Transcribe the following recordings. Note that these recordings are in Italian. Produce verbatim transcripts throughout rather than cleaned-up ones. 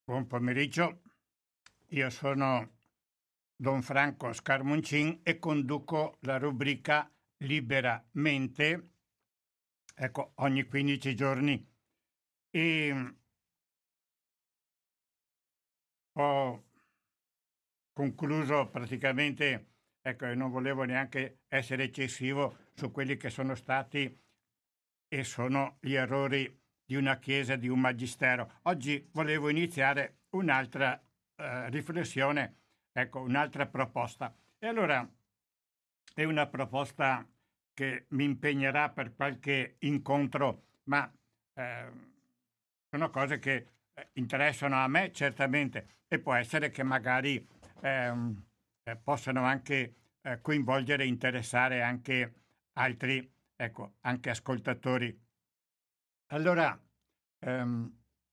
Buon pomeriggio, io sono Don Franco Scarmoncin e conduco la rubrica Liberamente, ecco, ogni quindici giorni. E ho concluso praticamente, ecco, e non volevo neanche essere eccessivo su quelli che sono stati e sono gli errori di una chiesa, di un magistero. Oggi volevo iniziare un'altra eh, riflessione, ecco, un'altra proposta. E allora è una proposta che mi impegnerà per qualche incontro, ma eh, sono cose che eh, interessano a me certamente e può essere che magari ehm, eh, possano anche eh, coinvolgere e interessare anche altri, ecco, anche ascoltatori. Allora, ehm,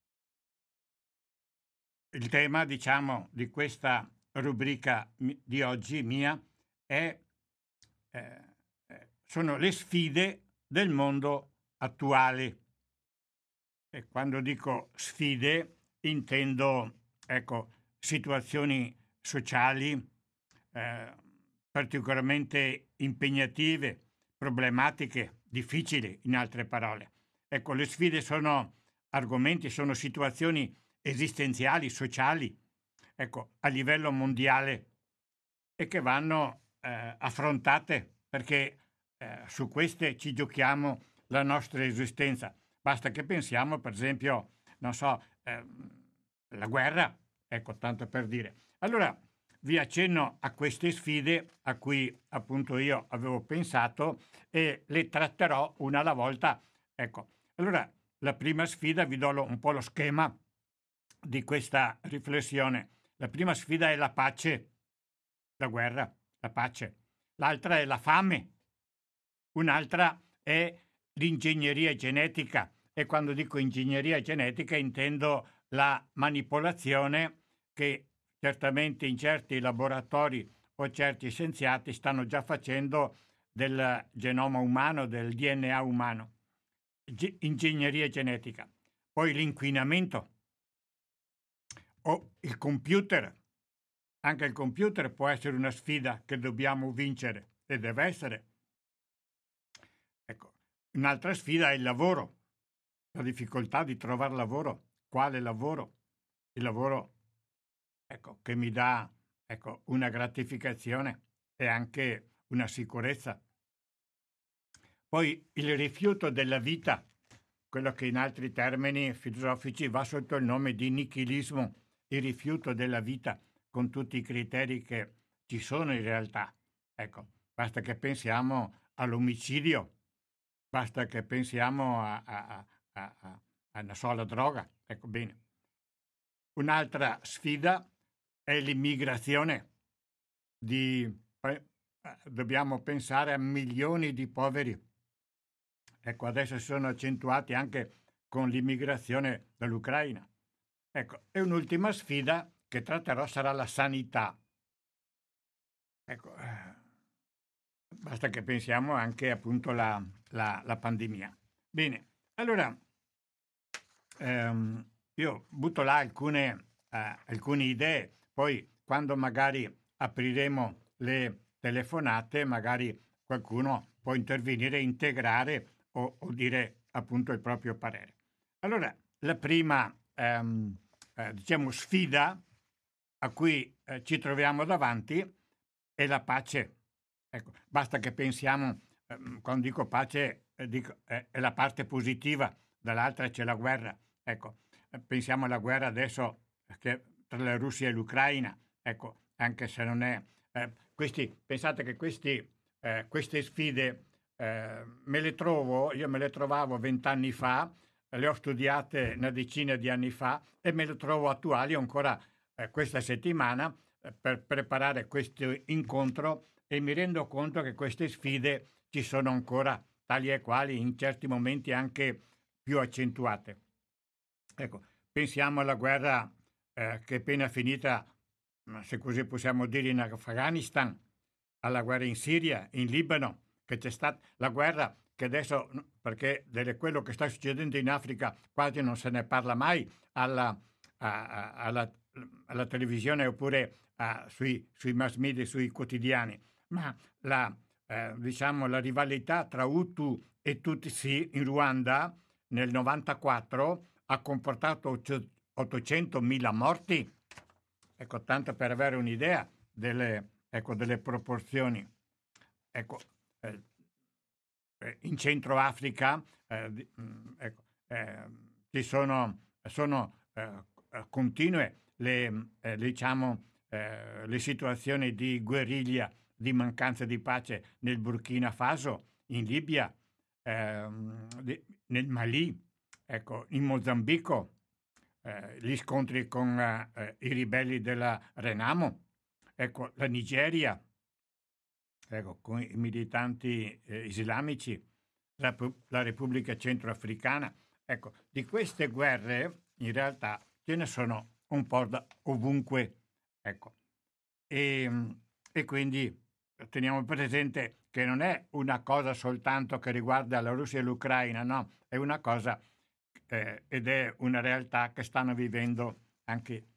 il tema, diciamo, di questa rubrica mi- di oggi mia è, eh, eh, sono le sfide del mondo attuale. E quando dico sfide intendo, ecco, situazioni sociali eh, particolarmente impegnative, problematiche, difficili, in altre parole. Ecco, le sfide sono argomenti, sono situazioni esistenziali, sociali, ecco, a livello mondiale e che vanno eh, affrontate perché eh, su queste ci giochiamo la nostra esistenza. Basta che pensiamo, per esempio, non so, ehm, la guerra, ecco, tanto per dire. Allora, vi accenno a queste sfide a cui appunto io avevo pensato e le tratterò una alla volta. Ecco, allora la prima sfida, vi do lo- un po' lo schema di questa riflessione. La prima sfida è la pace, la guerra, la pace. L'altra è la fame, un'altra è l'ingegneria genetica. E quando dico ingegneria genetica intendo la manipolazione che certamente in certi laboratori o certi scienziati stanno già facendo del genoma umano, del D N A umano. Ge- ingegneria genetica. Poi l'inquinamento o il computer. Anche il computer può essere una sfida che dobbiamo vincere e deve essere. Ecco, un'altra sfida è il lavoro, la difficoltà di trovare lavoro. Quale lavoro? Il lavoro, ecco, che mi dà, ecco, una gratificazione e anche una sicurezza. Poi il rifiuto della vita, quello che in altri termini filosofici va sotto il nome di nichilismo, il rifiuto della vita con tutti i criteri che ci sono in realtà. Ecco, basta che pensiamo all'omicidio, basta che pensiamo a, a, a, a, a, a non so, alla droga. Ecco, bene. Un'altra sfida è l'immigrazione. Di, eh, dobbiamo pensare a milioni di poveri. Ecco, adesso si sono accentuati anche con l'immigrazione dall'Ucraina. Ecco, e un'ultima sfida che tratterò sarà la sanità. Ecco, eh, basta che pensiamo anche appunto alla la, la pandemia. Bene, allora ehm, io butto là alcune, eh, alcune idee, poi quando magari apriremo le telefonate, magari qualcuno può intervenire, integrare o, o dire appunto il proprio parere. Allora, la prima ehm, eh, diciamo sfida a cui eh, ci troviamo davanti è la pace. Ecco, basta che pensiamo, ehm, quando dico pace, eh, dico, eh, è la parte positiva, dall'altra c'è la guerra. Ecco, eh, pensiamo alla guerra adesso che tra la Russia e l'Ucraina, ecco, anche se non è... eh, questi, pensate che questi, eh, queste sfide eh, me le trovo, io me le trovavo vent'anni fa, le ho studiate una decina di anni fa e me le trovo attuali ancora eh, questa settimana eh, per preparare questo incontro e mi rendo conto che queste sfide ci sono ancora tali e quali, in certi momenti anche più accentuate. Ecco, pensiamo alla guerra eh, che è appena finita, se così possiamo dire, in Afghanistan, alla guerra in Siria, in Libano, che c'è stata la guerra che adesso, perché di quello che sta succedendo in Africa quasi non se ne parla mai, alla, a- a- alla, alla televisione oppure a- sui, sui mass media, sui quotidiani, ma la, eh, diciamo, la rivalità tra Hutu e Tutsi in Ruanda nel novantaquattro ha comportato ottocentomila morti. Ecco, tanto per avere un'idea delle, ecco, delle proporzioni. Ecco, eh, eh, in Centro Africa eh, di- mh, ecco, eh, ci sono, sono eh, eh, continue le, mh, eh, diciamo, eh, le situazioni di guerriglia, di mancanza di pace nel Burkina Faso, in Libia, ehm, di- nel Mali, ecco, in Mozambico, eh, gli scontri con eh, eh, i ribelli della Renamo, ecco, la Nigeria, ecco, con i militanti eh, islamici, la, Pu- la Repubblica Centroafricana. Ecco, di queste guerre in realtà ce ne sono un po' da ovunque. Ecco. E, e quindi teniamo presente che non è una cosa soltanto che riguarda la Russia e l'Ucraina, no, è una cosa eh, ed è una realtà che stanno vivendo anche.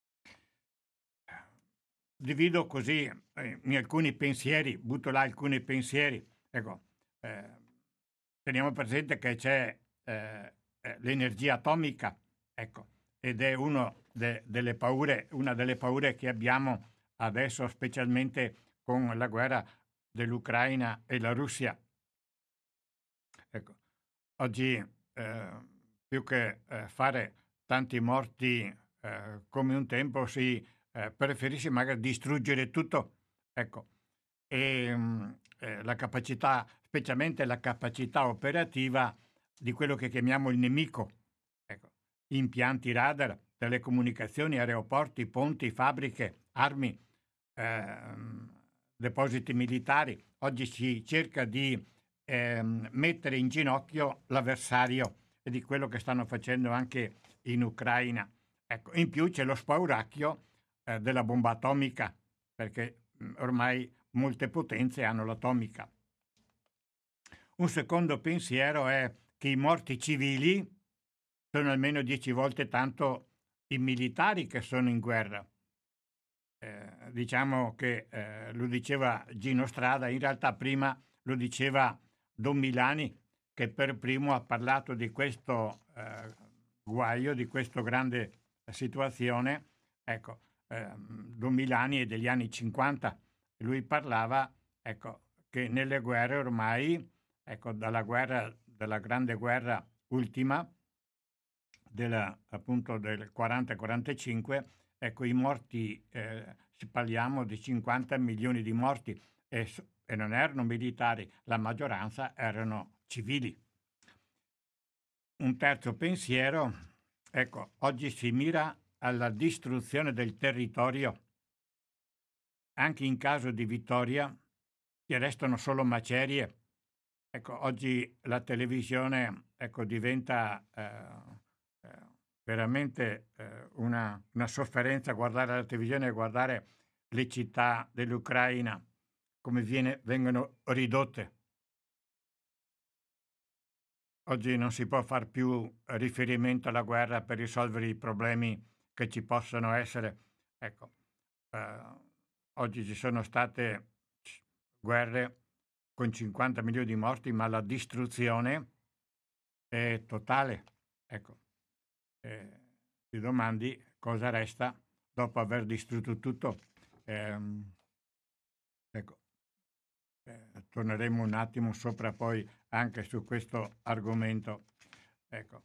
Divido così eh, in alcuni pensieri, butto là alcuni pensieri. Ecco, eh, teniamo presente che c'è eh, eh, l'energia atomica, ecco, ed è uno de- delle paure, una delle paure che abbiamo adesso, specialmente con la guerra dell'Ucraina e la Russia. Ecco, oggi eh, più che eh, fare tanti morti eh, come un tempo si eh, preferisce magari distruggere tutto. Ecco, e mh, eh, la capacità, specialmente la capacità operativa di quello che chiamiamo il nemico. Ecco, impianti radar, telecomunicazioni, aeroporti, ponti, fabbriche, armi, ehm, depositi militari. Oggi si cerca di ehm, mettere in ginocchio l'avversario e di quello che stanno facendo anche in Ucraina. Ecco, in più c'è lo spauracchio eh, della bomba atomica, perché mh, ormai molte potenze hanno l'atomica. Un secondo pensiero è che i morti civili sono almeno dieci volte tanto i militari che sono in guerra. Eh, diciamo che eh, lo diceva Gino Strada, in realtà prima lo diceva Don Milani, che per primo ha parlato di questo eh, guaio, di questa grande situazione. Ecco, ehm, Don Milani è degli anni cinquanta, lui parlava, ecco, che nelle guerre ormai, ecco, dalla guerra, dalla grande guerra ultima, della, appunto del quaranta quarantacinque, ecco, i morti, eh, parliamo di cinquanta milioni di morti e, e non erano militari, la maggioranza erano civili. Un terzo pensiero, ecco, oggi si mira alla distruzione del territorio. Anche in caso di vittoria ci restano solo macerie. Ecco, oggi la televisione, ecco, diventa eh, eh, veramente eh, una, una sofferenza guardare la televisione e guardare le città dell'Ucraina come viene- vengono ridotte. Oggi non si può far più riferimento alla guerra per risolvere i problemi che ci possono essere. Ecco, eh, oggi ci sono state c- guerre con cinquanta milioni di morti, ma la distruzione è totale. Ecco, eh, ti domandi cosa resta dopo aver distrutto tutto. Ehm, ecco, eh, torneremo un attimo sopra poi anche su questo argomento. Ecco,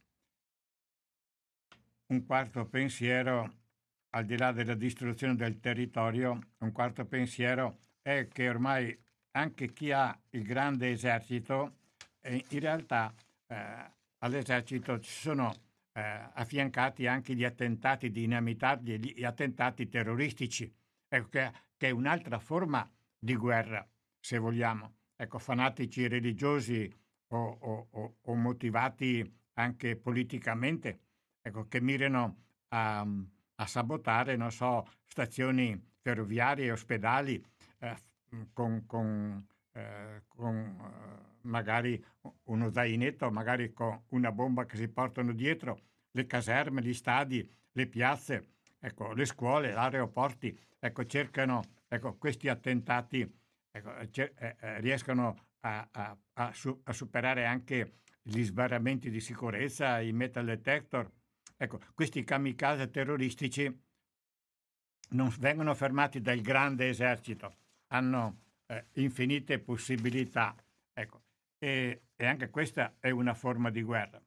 un quarto pensiero, al di là della distruzione del territorio, un quarto pensiero è che ormai anche chi ha il grande esercito, eh, in realtà eh, all'esercito ci sono eh, affiancati anche gli attentati dinamitati, gli, gli attentati terroristici, ecco, che, che è un'altra forma di guerra, se vogliamo. Ecco, fanatici religiosi o, o- o- o motivati anche politicamente, ecco, che mirano a, a sabotare, non so, stazioni ferroviarie, ospedali, eh, con, con, eh, con eh, magari uno zainetto, magari con una bomba che si portano dietro, le caserme, gli stadi, le piazze, ecco, le scuole, gli aeroporti, ecco, cercano, ecco, questi attentati, ecco, cer- eh, eh, riescono a, a- a su- a superare anche gli sbarramenti di sicurezza, i metal detector. Ecco, questi kamikaze terroristici non vengono fermati dal grande esercito, hanno eh, infinite possibilità. Ecco, e, e anche questa è una forma di guerra.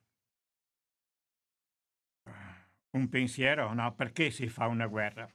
Un pensiero, no? Perché si fa una guerra?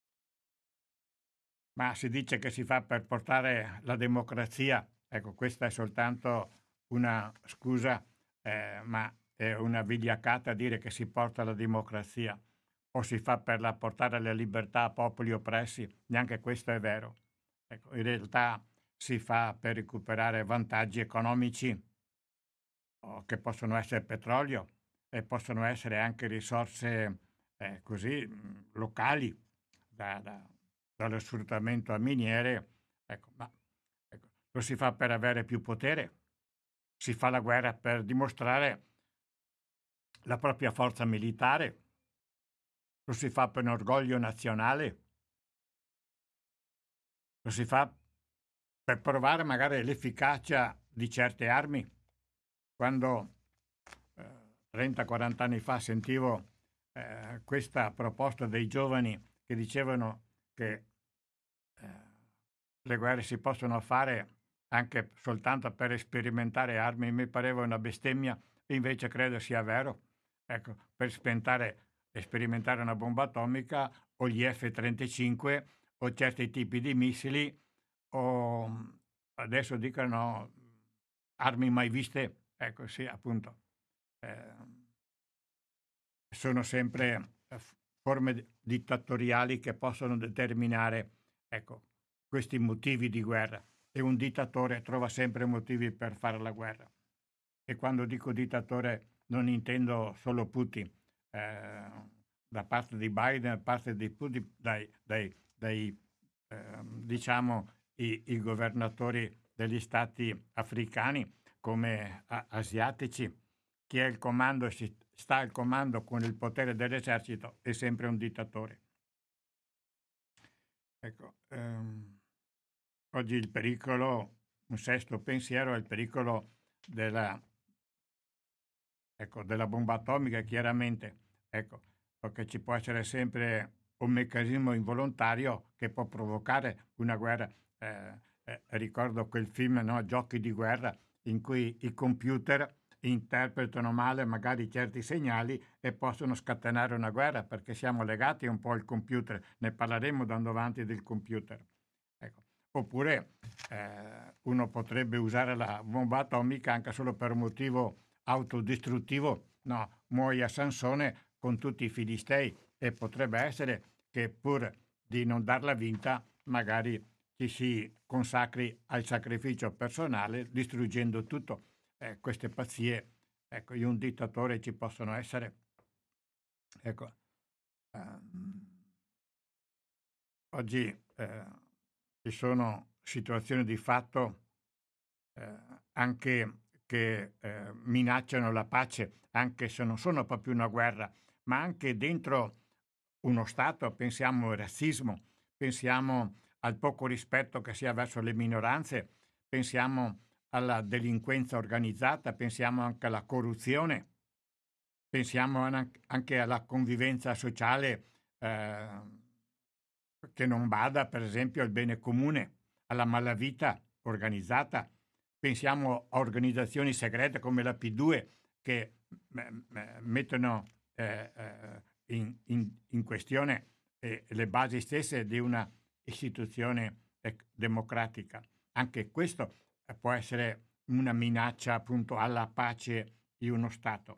Ma si dice che si fa per portare la democrazia. Ecco, questa è soltanto una scusa, eh, ma è una vigliaccata dire che si porta la democrazia o si fa per la, portare la libertà a popoli oppressi. Neanche questo è vero. Ecco, in realtà si fa per recuperare vantaggi economici o che possono essere petrolio e possono essere anche risorse eh, così mh, locali da, da- dallo sfruttamento a miniere. Ecco, ma ecco, lo si fa per avere più potere, si fa la guerra per dimostrare la propria forza militare, lo si fa per un orgoglio nazionale, lo si fa per provare magari l'efficacia di certe armi. Quando eh, trenta quaranta anni fa sentivo eh, questa proposta dei giovani che dicevano che eh, le guerre si possono fare anche soltanto per sperimentare armi, mi pareva una bestemmia, invece credo sia vero. Ecco, per spentare e sperimentare una bomba atomica o gli F trentacinque o certi tipi di missili o adesso dicono armi mai viste, ecco sì, appunto. Eh, sono sempre eh, f- forme di- dittatoriali che possono determinare, ecco, questi motivi di guerra. E un dittatore trova sempre motivi per fare la guerra. E quando dico dittatore non intendo solo Putin, eh, da parte di Biden, da parte di Putin, dai, dai, dai ehm, diciamo, i, i governatori degli stati africani come a- asiatici, chi è il comando, si sta al comando con il potere dell'esercito è sempre un dittatore. Ecco, ehm, oggi il pericolo, un sesto pensiero è il pericolo della, ecco, della bomba atomica, chiaramente, ecco, perché ci può essere sempre un meccanismo involontario che può provocare una guerra. Eh, eh, ricordo quel film, no, Giochi di guerra, in cui i computer interpretano male magari certi segnali e possono scatenare una guerra perché siamo legati un po' al computer, ne parleremo andando avanti del computer. Ecco. Oppure eh, uno potrebbe usare la bomba atomica anche solo per un motivo autodistruttivo, no, muoia Sansone con tutti i filistei e potrebbe essere che pur di non darla vinta magari ci si consacri al sacrificio personale distruggendo tutto. Eh, queste pazzie, ecco, in un dittatore ci possono essere. Ecco, ehm, oggi eh, ci sono situazioni di fatto eh, anche che eh, minacciano la pace, anche se non sono proprio una guerra, ma anche dentro uno Stato, pensiamo al razzismo, pensiamo al poco rispetto che si ha verso le minoranze, pensiamo alla delinquenza organizzata, pensiamo anche alla corruzione, pensiamo an- anche alla convivenza sociale eh, che non bada, per esempio, al bene comune, alla malavita organizzata. Pensiamo a organizzazioni segrete come la P due che m- m- mettono eh, eh, in, in- in questione eh, le basi stesse di una istituzione eh, democratica. Anche questo eh, può essere una minaccia appunto alla pace di uno Stato.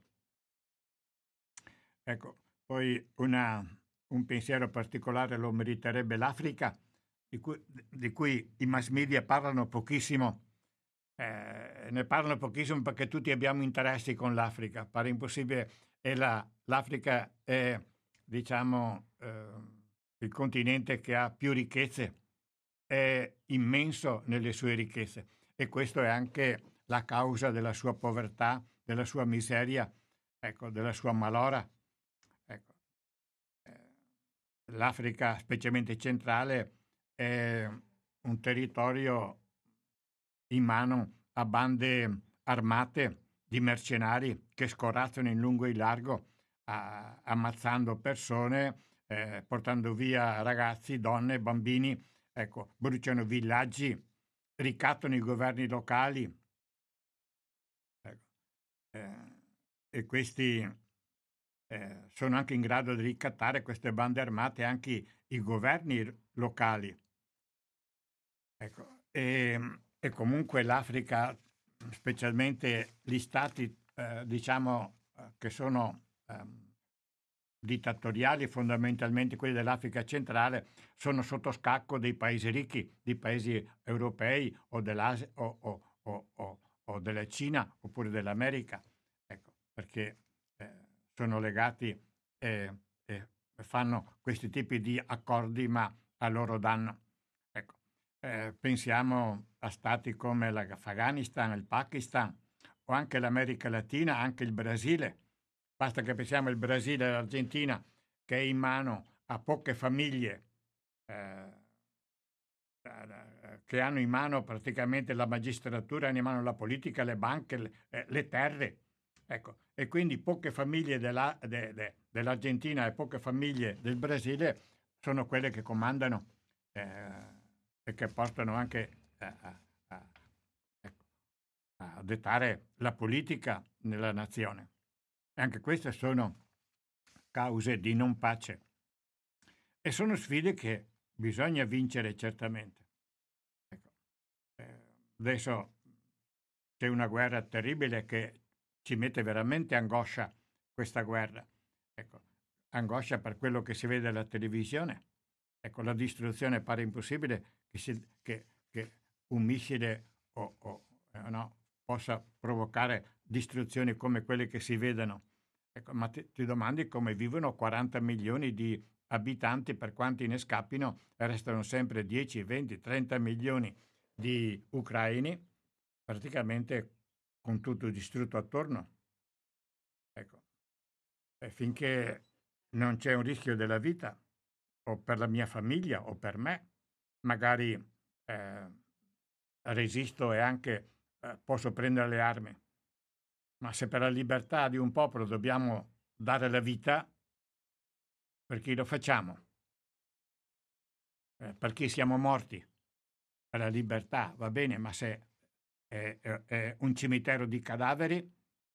Ecco, poi una, un pensiero particolare lo meriterebbe l'Africa, di cui, di cui i mass media parlano pochissimo. Eh, ne parlano pochissimo perché tutti abbiamo interessi con l'Africa. Pare impossibile. E la, l'Africa è, diciamo, eh, il continente che ha più ricchezze, è immenso nelle sue ricchezze. E questo è anche la causa della sua povertà, della sua miseria, ecco, della sua malora. l'Africa, specialmente centrale, è un territorio in mano a bande armate di mercenari che scorazzano in lungo e in largo, a- ammazzando persone, eh, portando via ragazzi, donne, bambini, ecco, bruciano villaggi, ricattano i governi locali, ecco, eh, e questi eh, sono anche in grado di ricattare queste bande armate anche i governi r- locali. Ecco, ehm, e comunque l'Africa, specialmente gli stati, eh, diciamo, eh, che sono ehm, dittatoriali, fondamentalmente quelli dell'Africa centrale, sono sotto scacco dei paesi ricchi, dei paesi europei o dell'Asia o, o- o- o- o della Cina oppure dell'America, ecco, perché eh, sono legati e, e fanno questi tipi di accordi, ma a loro danno. Ecco, eh, pensiamo a stati come l'Afghanistan, il Pakistan o anche l'America Latina, anche il Brasile. Basta che pensiamo al Brasile e all'Argentina, che è in mano a poche famiglie, eh, eh, che hanno in mano praticamente la magistratura, hanno in mano la politica, le banche, le, eh, le terre. Ecco, e quindi poche famiglie della- de- de- dell'Argentina e poche famiglie del Brasile sono quelle che comandano, eh, e che portano anche eh, a, a- ecco, a dettare la politica nella nazione. E anche queste sono cause di non pace e sono sfide che bisogna vincere certamente. Ecco, eh, adesso c'è una guerra terribile che ci mette veramente angoscia, questa guerra. Ecco, angoscia per quello che si vede alla televisione. Ecco, la distruzione pare impossibile che, si- che- che un missile o, o, eh, no, possa provocare distruzioni come quelle che si vedono. Ecco, ma ti, ti domandi come vivono quaranta milioni di abitanti, per quanti ne scappino, restano sempre dieci, venti, trenta milioni di ucraini, praticamente con tutto distrutto attorno. Ecco, e finché non c'è un rischio della vita, o per la mia famiglia o per me, magari eh, resisto e anche eh, posso prendere le armi. Ma se per la libertà di un popolo dobbiamo dare la vita, per chi lo facciamo? Eh, per chi siamo morti? Per la libertà, va bene, ma se è, è- è un cimitero di cadaveri,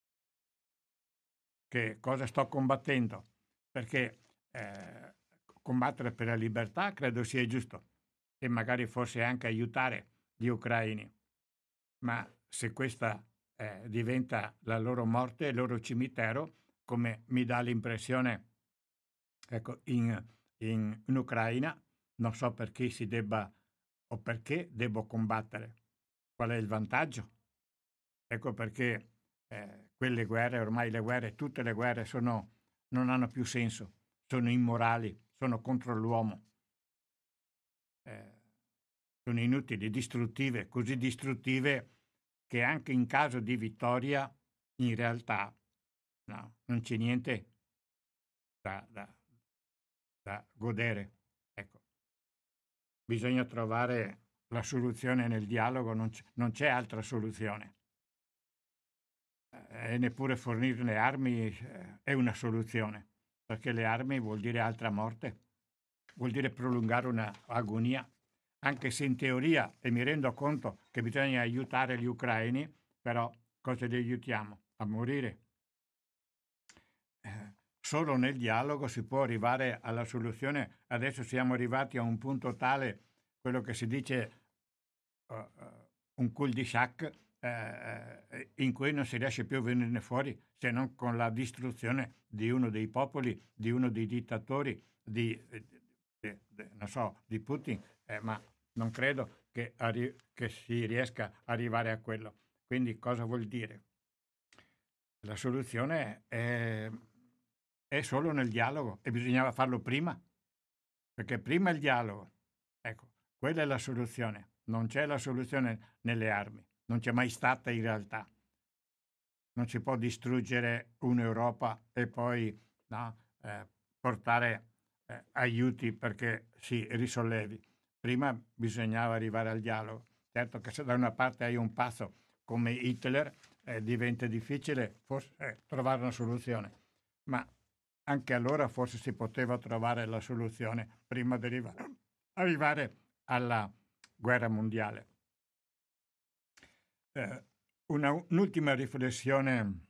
che cosa sto combattendo? Perché eh, combattere per la libertà credo sia giusto e magari forse anche aiutare gli ucraini, ma se questa eh, diventa la loro morte, il loro cimitero, come mi dà l'impressione, ecco, in, in, in Ucraina, non so perché si debba o perché devo combattere. Qual è il vantaggio? Ecco perché eh, quelle guerre, ormai le guerre, tutte le guerre sono, non hanno più senso, sono immorali, sono contro l'uomo, eh, sono inutili, distruttive, così distruttive che anche in caso di vittoria in realtà no, non c'è niente da, da- da godere. Ecco, bisogna trovare la soluzione nel dialogo, non c'è, non c'è altra soluzione. Eh, e neppure fornire le armi eh, è una soluzione, perché le armi vuol dire altra morte, vuol dire prolungare un'agonia, anche se in teoria, e mi rendo conto che bisogna aiutare gli ucraini, però cosa li aiutiamo? A morire? Eh, solo nel dialogo si può arrivare alla soluzione. Adesso siamo arrivati a un punto tale, quello che si dice uh, uh, un cul-de-sac, eh, eh, in cui non si riesce più a venirne fuori se non con la distruzione di uno dei popoli, di uno dei dittatori, di, eh, di- di- non so, di Putin, eh, ma non credo che, arri- che si riesca ad arrivare a quello. Quindi cosa vuol dire? La soluzione è, è solo nel dialogo e bisognava farlo prima, perché prima il dialogo, ecco, quella è la soluzione. Non c'è la soluzione nelle armi, non c'è mai stata in realtà. Non si può distruggere un'Europa e poi no, eh, portare eh, aiuti perché si risollevi. Prima bisognava arrivare al dialogo. Certo che se da una parte hai un pazzo come Hitler, eh, diventa difficile forse eh, trovare una soluzione, ma anche allora forse si poteva trovare la soluzione prima di arrivare, arrivare alla guerra mondiale. Eh, una, un'ultima riflessione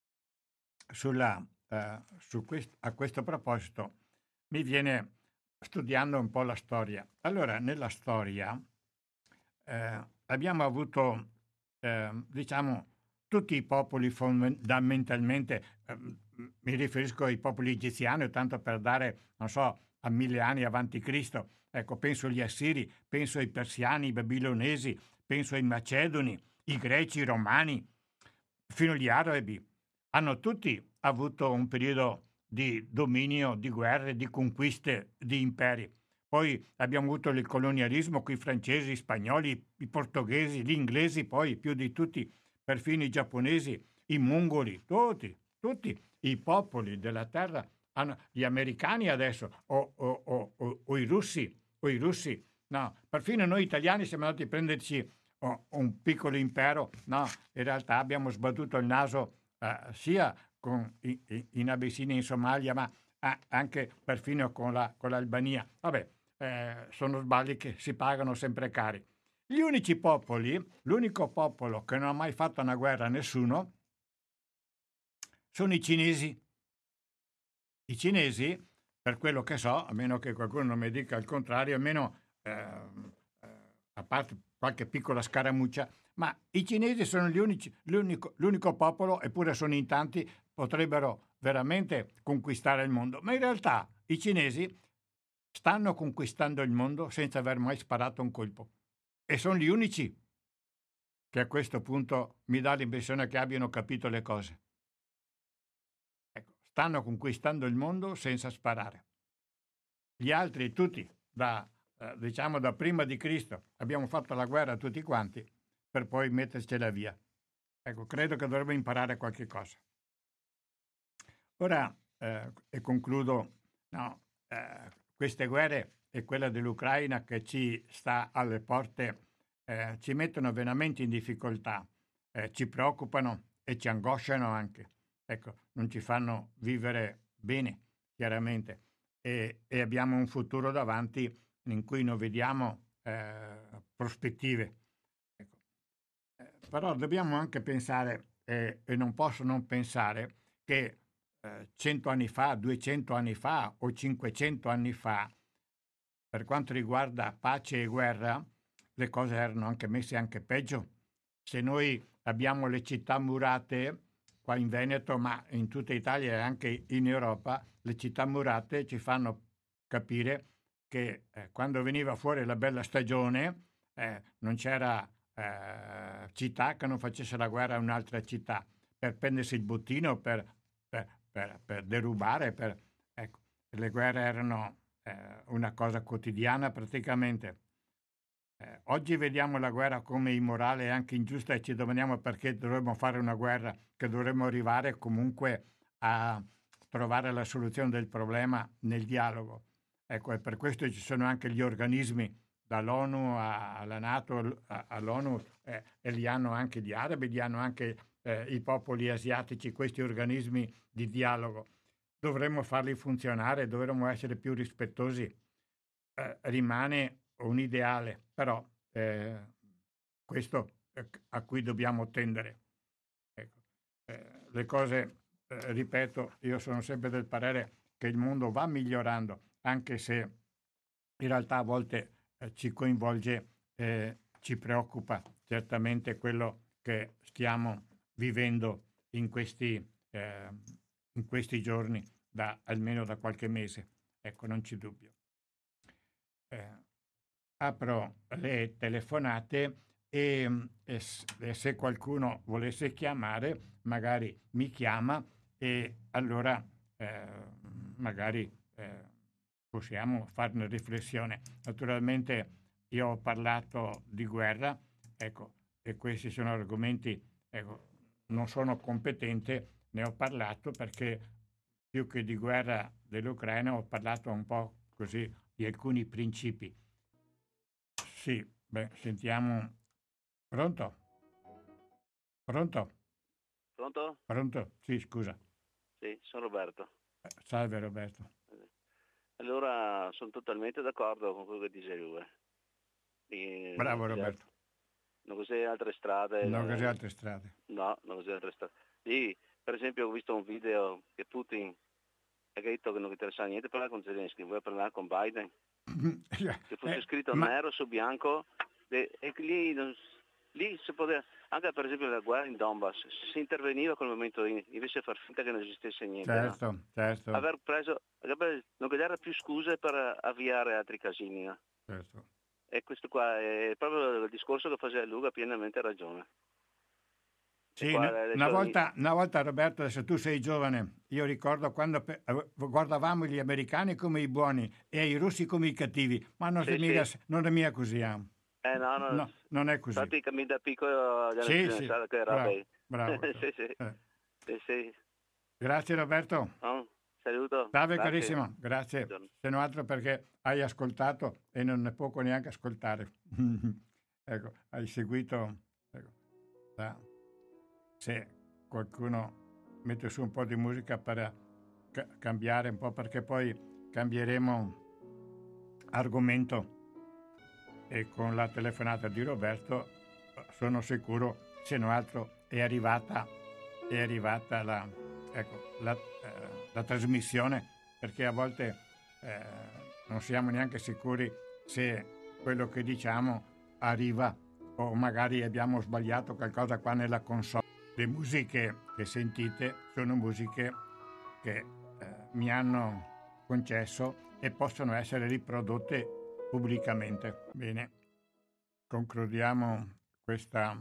sulla, eh, su quest- a questo proposito mi viene studiando un po' la storia. Allora, nella storia eh, abbiamo avuto, eh, diciamo, tutti i popoli fondamentalmente, eh, mi riferisco ai popoli egiziani, tanto per dare, non so, a mille anni avanti Cristo. Ecco, penso agli Assiri, penso ai Persiani, i Babilonesi, penso ai Macedoni, i Greci, i Romani, fino agli Arabi. Hanno tutti avuto un periodo di dominio, di guerre, di conquiste, di imperi. Poi abbiamo avuto il colonialismo con i francesi, i spagnoli, i portoghesi, gli inglesi, poi più di tutti, perfino i giapponesi, i mongoli, tutti, tutti i popoli della terra, hanno, gli americani adesso, o, o, o, o, o i russi, o i russi, no, perfino noi italiani siamo andati a prenderci oh, un piccolo impero, no, in realtà abbiamo sbattuto il naso eh, sia con, in, in Abissinia, in Somalia, ma ah, anche perfino con, la, con l'Albania. Vabbè, eh, sono sbagli che si pagano sempre cari. Gli unici popoli, l'unico popolo che non ha mai fatto una guerra a nessuno, sono i cinesi. I cinesi, per quello che so, a meno che qualcuno non mi dica il contrario, almeno eh, eh, a parte qualche piccola scaramuccia, ma i cinesi sono gli unici, l'unico, l'unico popolo, eppure sono in tanti, potrebbero veramente conquistare il mondo. Ma in realtà i cinesi stanno conquistando il mondo senza aver mai sparato un colpo. E sono gli unici che a questo punto mi dà l'impressione che abbiano capito le cose. Ecco, stanno conquistando il mondo senza sparare. Gli altri tutti, da, eh, diciamo da prima di Cristo, abbiamo fatto la guerra tutti quanti per poi mettercela via. Ecco, credo che dovremmo imparare qualche cosa. Ora, eh, e concludo, no, eh, queste guerre e quella dell'Ucraina che ci sta alle porte, eh, ci mettono veramente in difficoltà, eh, ci preoccupano e ci angosciano anche. Ecco, non ci fanno vivere bene, chiaramente, e, e abbiamo un futuro davanti in cui non vediamo eh, prospettive. Ecco. Eh, però dobbiamo anche pensare, eh, e non posso non pensare, che eh, cento anni fa, duecento anni fa o cinquecento anni fa, per quanto riguarda pace e guerra, le cose erano anche messe anche peggio. Se noi abbiamo le città murate qua in Veneto, ma in tutta Italia e anche in Europa, le città murate ci fanno capire che eh, quando veniva fuori la bella stagione eh, non c'era eh, città che non facesse la guerra a un'altra città per prendersi il bottino, per, per, per, per derubare. Per, ecco, le guerre erano eh, una cosa quotidiana praticamente. Eh, oggi vediamo la guerra come immorale e anche ingiusta e ci domandiamo perché dovremmo fare una guerra, che dovremmo arrivare comunque a trovare la soluzione del problema nel dialogo. Ecco, e per questo ci sono anche gli organismi, dall'ONU alla NATO, all'ONU, eh, e li hanno anche gli arabi, li hanno anche eh, i popoli asiatici, questi organismi di dialogo. Dovremmo farli funzionare, dovremmo essere più rispettosi. Eh, rimane un ideale, però eh, questo eh, a cui dobbiamo tendere. Ecco. Eh, le cose, eh, ripeto, io sono sempre del parere che il mondo va migliorando, anche se in realtà a volte eh, ci coinvolge, eh, ci preoccupa certamente quello che stiamo vivendo in questi, eh, in questi giorni, da, almeno da qualche mese. Ecco, non c'è dubbio. Eh, apro le telefonate e, mm, e s- e se qualcuno volesse chiamare, magari mi chiama e allora eh, magari eh, possiamo fare una riflessione. Naturalmente io ho parlato di guerra, ecco, e questi sono argomenti, ecco, non sono competente, ne ho parlato perché più che di guerra dell'Ucraina, ho parlato un po' così di alcuni principi. Sì, beh, sentiamo. Pronto? Pronto? Pronto? Pronto? Sì, scusa. Sì, sono Roberto. Eh, Salve Roberto. Allora, sono totalmente d'accordo con quello che dice lui. E non Bravo cos'è, Roberto. non cos'è altre strade, Non così eh, altre strade. no, non cos'è altre strade. Lì, per esempio, ho visto un video che Putin ha detto che non gli interessa niente parlare con Zelensky, vuole parlare con Biden, che fosse Eh, scritto ma nero su bianco, e, e che lì, non- lì si poteva, anche per esempio la guerra in Donbass, si interveniva col momento lì, invece di far finta che non esistesse niente, no? certo, certo, Aver preso, avrebbe- non dare più scuse per avviare altri casini, no? certo. E questo qua è proprio il discorso che faceva Luca, ha pienamente ragione. E Sì, qua n- una adesso, volta, una volta Roberto, adesso tu sei giovane, io ricordo quando pe- eh, guardavamo gli americani come i buoni e i russi come i cattivi, ma non è sì, mica, sì, non è mica così. eh. eh no, no, No, non è così. infatti cammino da piccolo gli hanno Sì, sì, pensato che roba bravo, è. bravo. Sì, sì, Eh, sì, sì. Grazie Roberto. No? Saluto, Salve grazie. carissimo, grazie. Buongiorno. Se non altro perché hai ascoltato e non ne poco neanche ascoltare. Ecco, hai seguito. Ecco, da- se qualcuno mette su un po' di musica per ca- cambiare un po', perché poi cambieremo argomento e con la telefonata di Roberto sono sicuro, se non altro, è arrivata, è arrivata la, ecco, la, eh, la trasmissione, perché a volte eh, non siamo neanche sicuri se quello che diciamo arriva o magari abbiamo sbagliato qualcosa qua nella console. Le musiche che sentite sono musiche che eh, mi hanno concesso e possono essere riprodotte pubblicamente. Bene, concludiamo questa,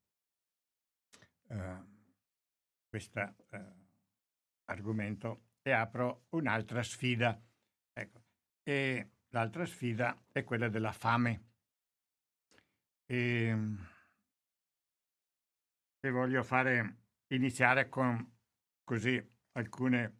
eh, questa, eh, argomento e apro un'altra sfida. Ecco. E l'altra sfida è quella della fame. E, e voglio fare iniziare con così alcune,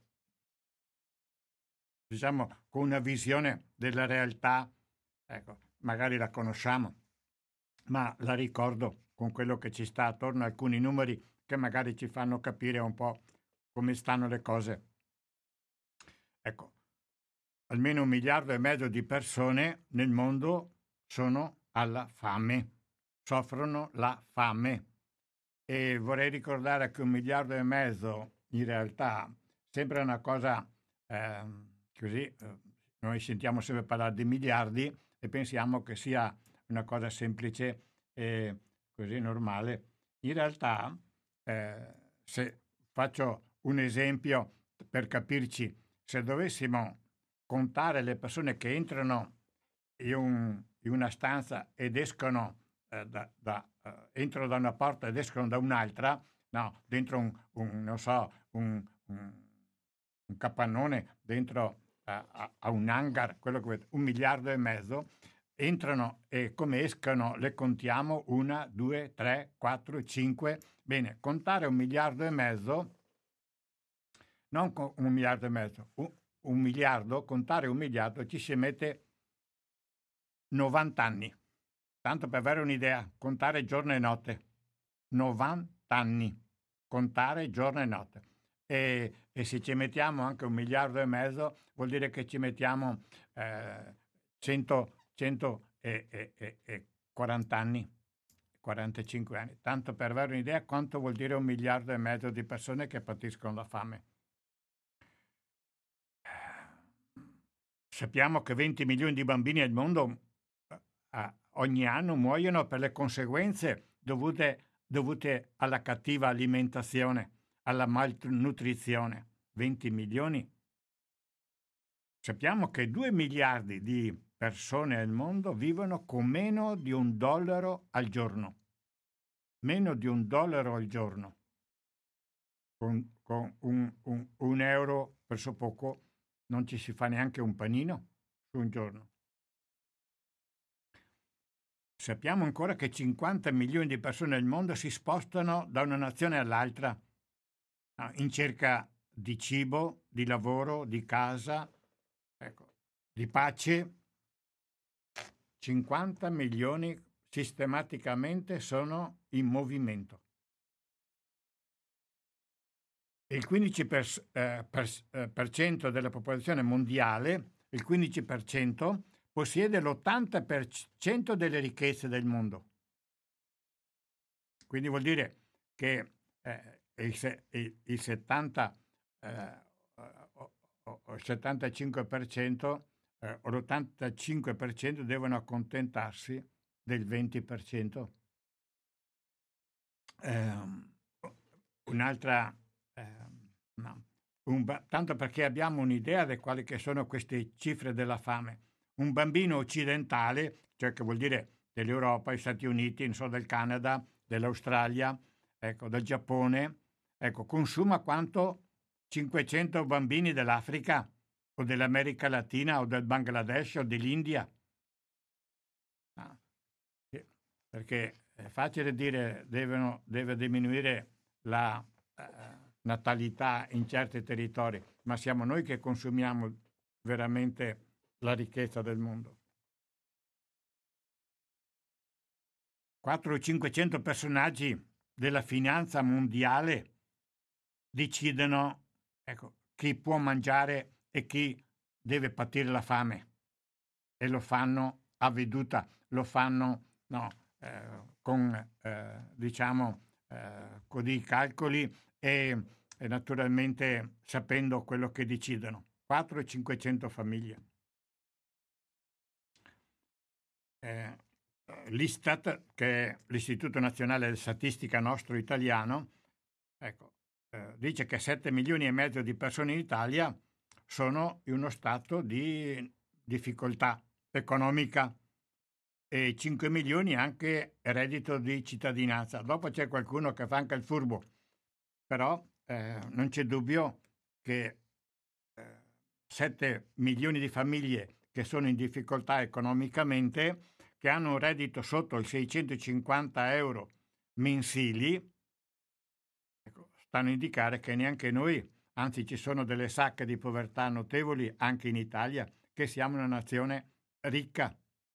diciamo, con una visione della realtà. Ecco, magari la conosciamo, ma la ricordo con quello che ci sta attorno, alcuni numeri che magari ci fanno capire un po' come stanno le cose. Ecco, almeno un miliardo e mezzo di persone nel mondo sono alla fame, soffrono la fame. E vorrei ricordare che un miliardo e mezzo in realtà sembra una cosa ehm, così, eh, noi sentiamo sempre parlare di miliardi e pensiamo che sia una cosa semplice e così normale. In realtà, eh, se faccio un esempio per capirci, se dovessimo contare le persone che entrano in, un- in una stanza ed escono eh, da, da, eh, entrano da una porta ed escono da un'altra, no, dentro un, un, non so, un, un- un capannone, dentro a, a- a un hangar, quello che vedete, un miliardo e mezzo, entrano e come escono le contiamo, una, due, tre, quattro, cinque. Bene, contare un miliardo e mezzo, non co- un miliardo e mezzo, un, un miliardo, contare un miliardo ci si mette novanta anni. Tanto per avere un'idea, contare giorno e notte. novanta anni. Contare giorno e notte. E, e se ci mettiamo anche un miliardo e mezzo, vuol dire che ci mettiamo eh, cento, centoquaranta anni, quarantacinque anni. Tanto per avere un'idea quanto vuol dire un miliardo e mezzo di persone che patiscono la fame. Sappiamo che venti milioni di bambini al mondo eh, ogni anno muoiono per le conseguenze dovute, dovute alla cattiva alimentazione, alla malnutrizione. venti milioni. Sappiamo che due miliardi di persone al mondo vivono con meno di un dollaro al giorno. Meno di un dollaro al giorno. Con, con un, un, un euro, per poco, non ci si fa neanche un panino su un giorno. Sappiamo ancora che cinquanta milioni di persone nel mondo si spostano da una nazione all'altra, no, in cerca di cibo, di lavoro, di casa, ecco, di pace. cinquanta milioni sistematicamente sono in movimento. Il quindici per cento per, eh, per, eh, per cento della popolazione mondiale, il quindici per cento, possiede l'ottanta per cento delle ricchezze del mondo. Quindi vuol dire che eh, il, il, il settanta, eh, o, o, o il settantacinque per cento eh, o l'ottantacinque per cento devono accontentarsi del venti per cento. Eh, un'altra, eh, no, un, tanto perché abbiamo un'idea di quali che sono queste cifre della fame. Un bambino occidentale, cioè che vuol dire dell'Europa, degli Stati Uniti, non so, del Canada, dell'Australia, ecco, del Giappone, ecco, consuma quanto cinquecento bambini dell'Africa o dell'America Latina o del Bangladesh o dell'India. Ah, perché è facile dire devono, deve diminuire la eh, natalità in certi territori, ma siamo noi che consumiamo veramente la ricchezza del mondo. quattrocento cinquecento personaggi della finanza mondiale decidono, ecco, chi può mangiare e chi deve patire la fame, e lo fanno a veduta, lo fanno no, eh, con eh, diciamo eh, con dei calcoli e, e naturalmente sapendo quello che decidono. quattrocento cinquecento famiglie. Eh, L'Istat, che è l'Istituto Nazionale di Statistica nostro italiano, ecco, eh, dice che sette milioni e mezzo di persone in Italia sono in uno stato di difficoltà economica e cinque milioni anche reddito di cittadinanza. Dopo c'è qualcuno che fa anche il furbo, però eh, non c'è dubbio che eh, sette milioni di famiglie che sono in difficoltà economicamente, che hanno un reddito sotto i seicentocinquanta euro mensili, ecco, stanno a indicare che neanche noi, anzi ci sono delle sacche di povertà notevoli anche in Italia, che siamo una nazione ricca.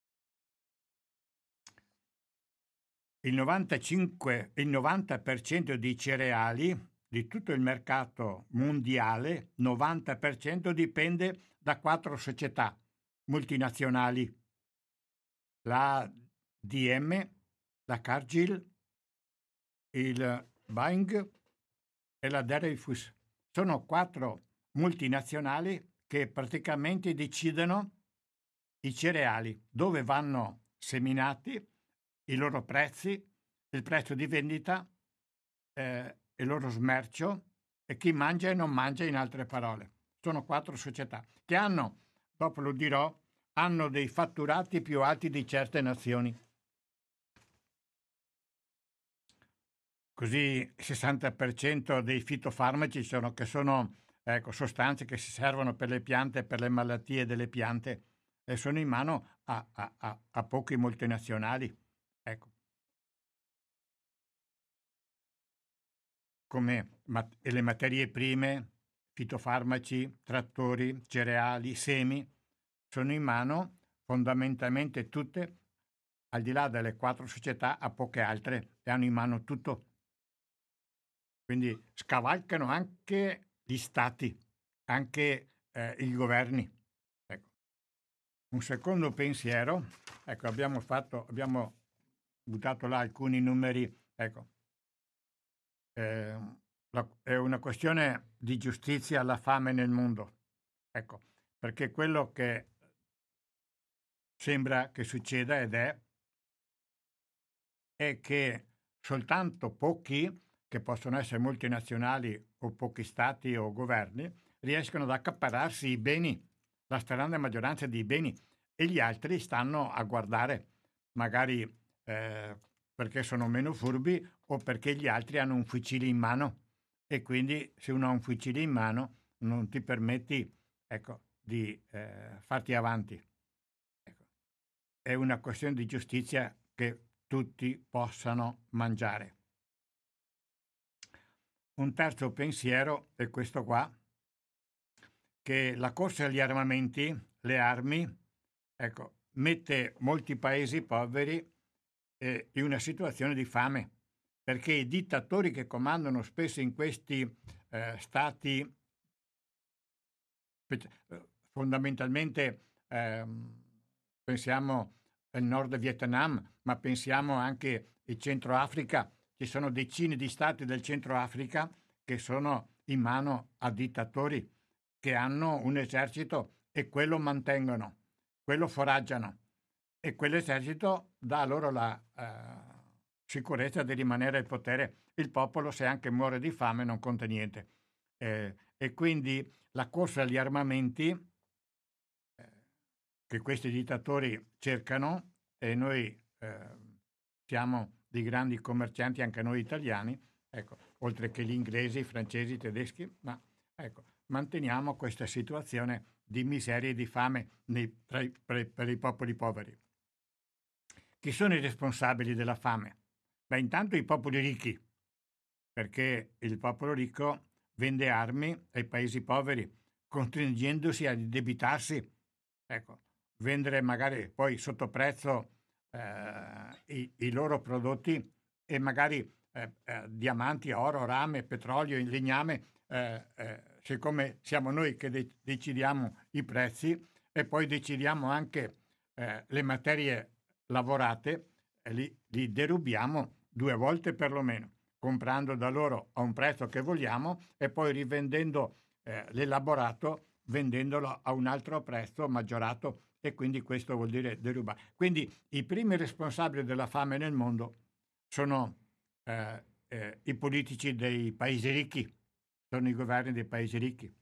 Il novantacinque, il novanta per cento dei cereali di tutto il mercato mondiale, novanta per cento dipende da quattro società multinazionali: la D M, la Cargill, il Boeing e la Dreyfus. Sono quattro multinazionali che praticamente decidono i cereali, dove vanno seminati, i loro prezzi, il prezzo di vendita, eh, il loro smercio e chi mangia e non mangia, in altre parole. Sono quattro società che hanno, dopo lo dirò, hanno dei fatturati più alti di certe nazioni. Così il sessanta per cento dei fitofarmaci sono, che sono ecco, sostanze che si servono per le piante e per le malattie delle piante e sono in mano a, a, a, a pochi multinazionali. Ecco. Come mat- e le materie prime, fitofarmaci, trattori, cereali, semi, sono in mano fondamentalmente tutte, al di là delle quattro società, a poche altre, e hanno in mano tutto. Quindi scavalcano anche gli stati, anche eh, i governi. Ecco. Un secondo pensiero, ecco, abbiamo fatto, abbiamo buttato là alcuni numeri, ecco. Eh, la, è una questione di giustizia alla fame nel mondo, ecco, perché quello che sembra che succeda ed è è che soltanto pochi, che possono essere multinazionali o pochi stati o governi, riescono ad accaparrarsi i beni, la stragrande maggioranza dei beni, e gli altri stanno a guardare, magari eh, perché sono meno furbi o perché gli altri hanno un fucile in mano e quindi se uno ha un fucile in mano non ti permetti, ecco, di eh, farti avanti. Ecco. È una questione di giustizia che tutti possano mangiare. un terzo pensiero è questo qua, che la corsa agli armamenti, le armi, ecco, mette molti paesi poveri eh, in una situazione di fame, perché i dittatori che comandano spesso in questi eh, stati, fondamentalmente ehm, pensiamo al nord Vietnam, ma pensiamo anche al centro Africa, ci sono decine di stati del centro Africa che sono in mano a dittatori che hanno un esercito e quello mantengono, quello foraggiano e quell'esercito dà loro la eh, sicurezza di rimanere al potere. Il popolo, se anche muore di fame, non conta niente. Eh, e quindi la corsa agli armamenti eh, che questi dittatori cercano, e noi eh, siamo dei grandi commercianti, anche noi italiani, ecco, oltre che gli inglesi, i francesi, i tedeschi, ma ecco, manteniamo questa situazione di miseria e di fame nei, tra i, per, per i popoli poveri. Chi sono i responsabili della fame? Beh, intanto i popoli ricchi, perché il popolo ricco vende armi ai paesi poveri, costringendosi a indebitarsi. Ecco, vendere magari poi sotto prezzo eh, i, i loro prodotti e magari eh, eh, diamanti, oro, rame, petrolio, legname, eh, eh, siccome siamo noi che de- decidiamo i prezzi e poi decidiamo anche eh, le materie lavorate, eh, li, li derubiamo due volte perlomeno, comprando da loro a un prezzo che vogliamo e poi rivendendo eh, l'elaborato, vendendolo a un altro prezzo maggiorato, e quindi questo vuol dire derubare. Quindi i primi responsabili della fame nel mondo sono eh, eh, i politici dei paesi ricchi, sono i governi dei paesi ricchi.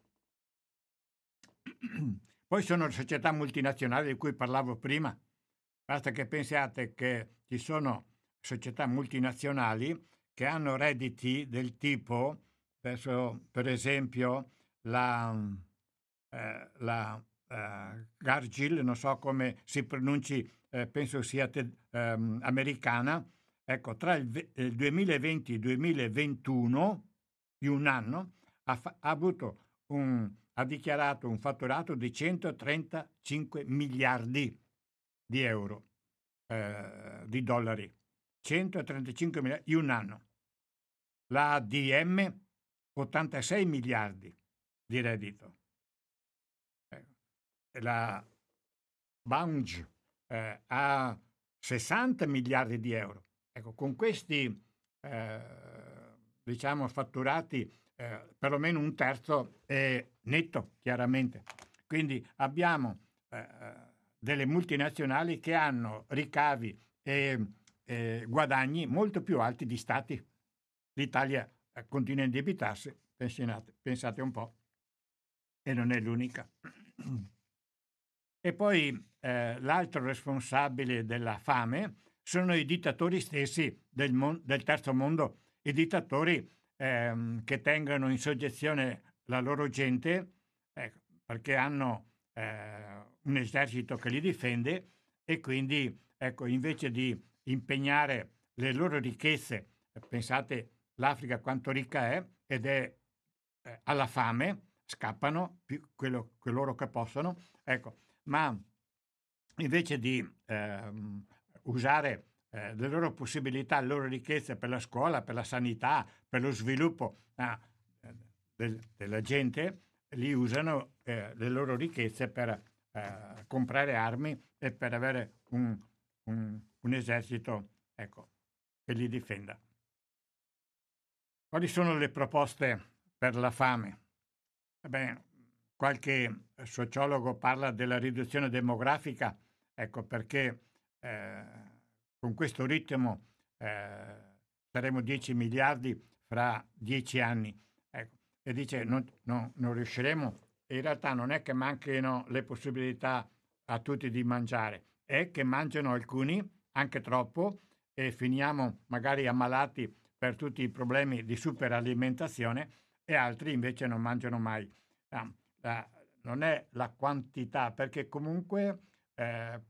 Poi sono le società multinazionali di cui parlavo prima. Basta che pensiate che ci sono società multinazionali che hanno redditi del tipo, adesso, per esempio, la, eh, la eh, Cargill, non so come si pronunci, eh, penso sia te- ehm, americana, ecco, tra il, ve- il duemilaventi e il duemilaventuno, di un anno, ha, fa- ha avuto un, ha dichiarato un fatturato di centotrentacinque miliardi di euro, eh, di dollari, centotrentacinque miliardi in un anno. La A D M ottantasei miliardi di reddito. Eh, la Bunge eh, ha sessanta miliardi di euro. Ecco, con questi eh, diciamo fatturati, eh, perlomeno un terzo è netto, chiaramente. Quindi abbiamo eh, delle multinazionali che hanno ricavi e eh, guadagni molto più alti di stati. L'Italia eh, continua a indebitarsi, pensate, pensate un po', e non è l'unica. E poi eh, l'altro responsabile della fame sono i dittatori stessi del, mon- del terzo mondo, i dittatori ehm, che tengono in soggezione la loro gente ecco, perché hanno eh, un esercito che li difende e quindi ecco, invece di impegnare le loro ricchezze, eh, pensate l'Africa quanto ricca è ed è eh, alla fame, scappano più quello, quello che possono, ecco, ma invece di ehm, usare eh, le loro possibilità, le loro ricchezze per la scuola, per la sanità, per lo sviluppo ah, del, della gente, li usano eh, le loro ricchezze per eh, comprare armi e per avere un, un, un esercito ecco, che li difenda. Quali sono le proposte per la fame? Beh, qualche sociologo parla della riduzione demografica, ecco perché eh, con questo ritmo eh, saremo dieci miliardi fra dieci anni. Ecco, e dice non, no, non riusciremo. E in realtà non è che manchino le possibilità a tutti di mangiare, è che mangiano alcuni, anche troppo, e finiamo magari ammalati per tutti i problemi di superalimentazione e altri invece non mangiano mai. Ah, la- non è la quantità, perché comunque eh,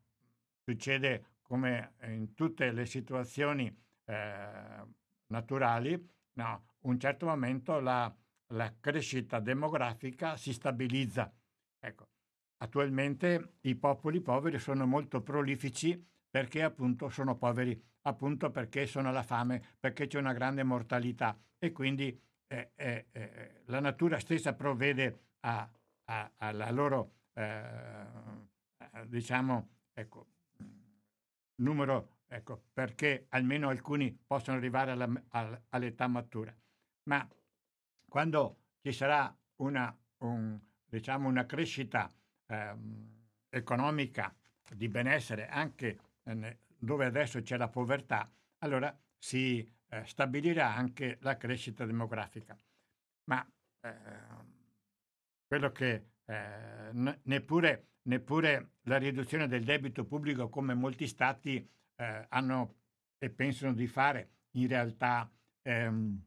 succede come in tutte le situazioni eh, naturali, no, un certo momento la, la crescita demografica si stabilizza. Ecco, attualmente i popoli poveri sono molto prolifici perché appunto sono poveri, appunto perché sono alla fame, perché c'è una grande mortalità e quindi eh, eh, eh, la natura stessa provvede a, a- alla loro, eh, eh, diciamo, ecco, numero, ecco, perché almeno alcuni possono arrivare alla- al- all'età matura. Ma quando ci sarà una, un- diciamo, una crescita ehm, economica di benessere anche eh, ne- dove adesso c'è la povertà, allora si eh, stabilirà anche la crescita demografica. Ma ehm, quello che eh, n- neppure, neppure la riduzione del debito pubblico come molti stati eh, hanno e pensano di fare in realtà ehm,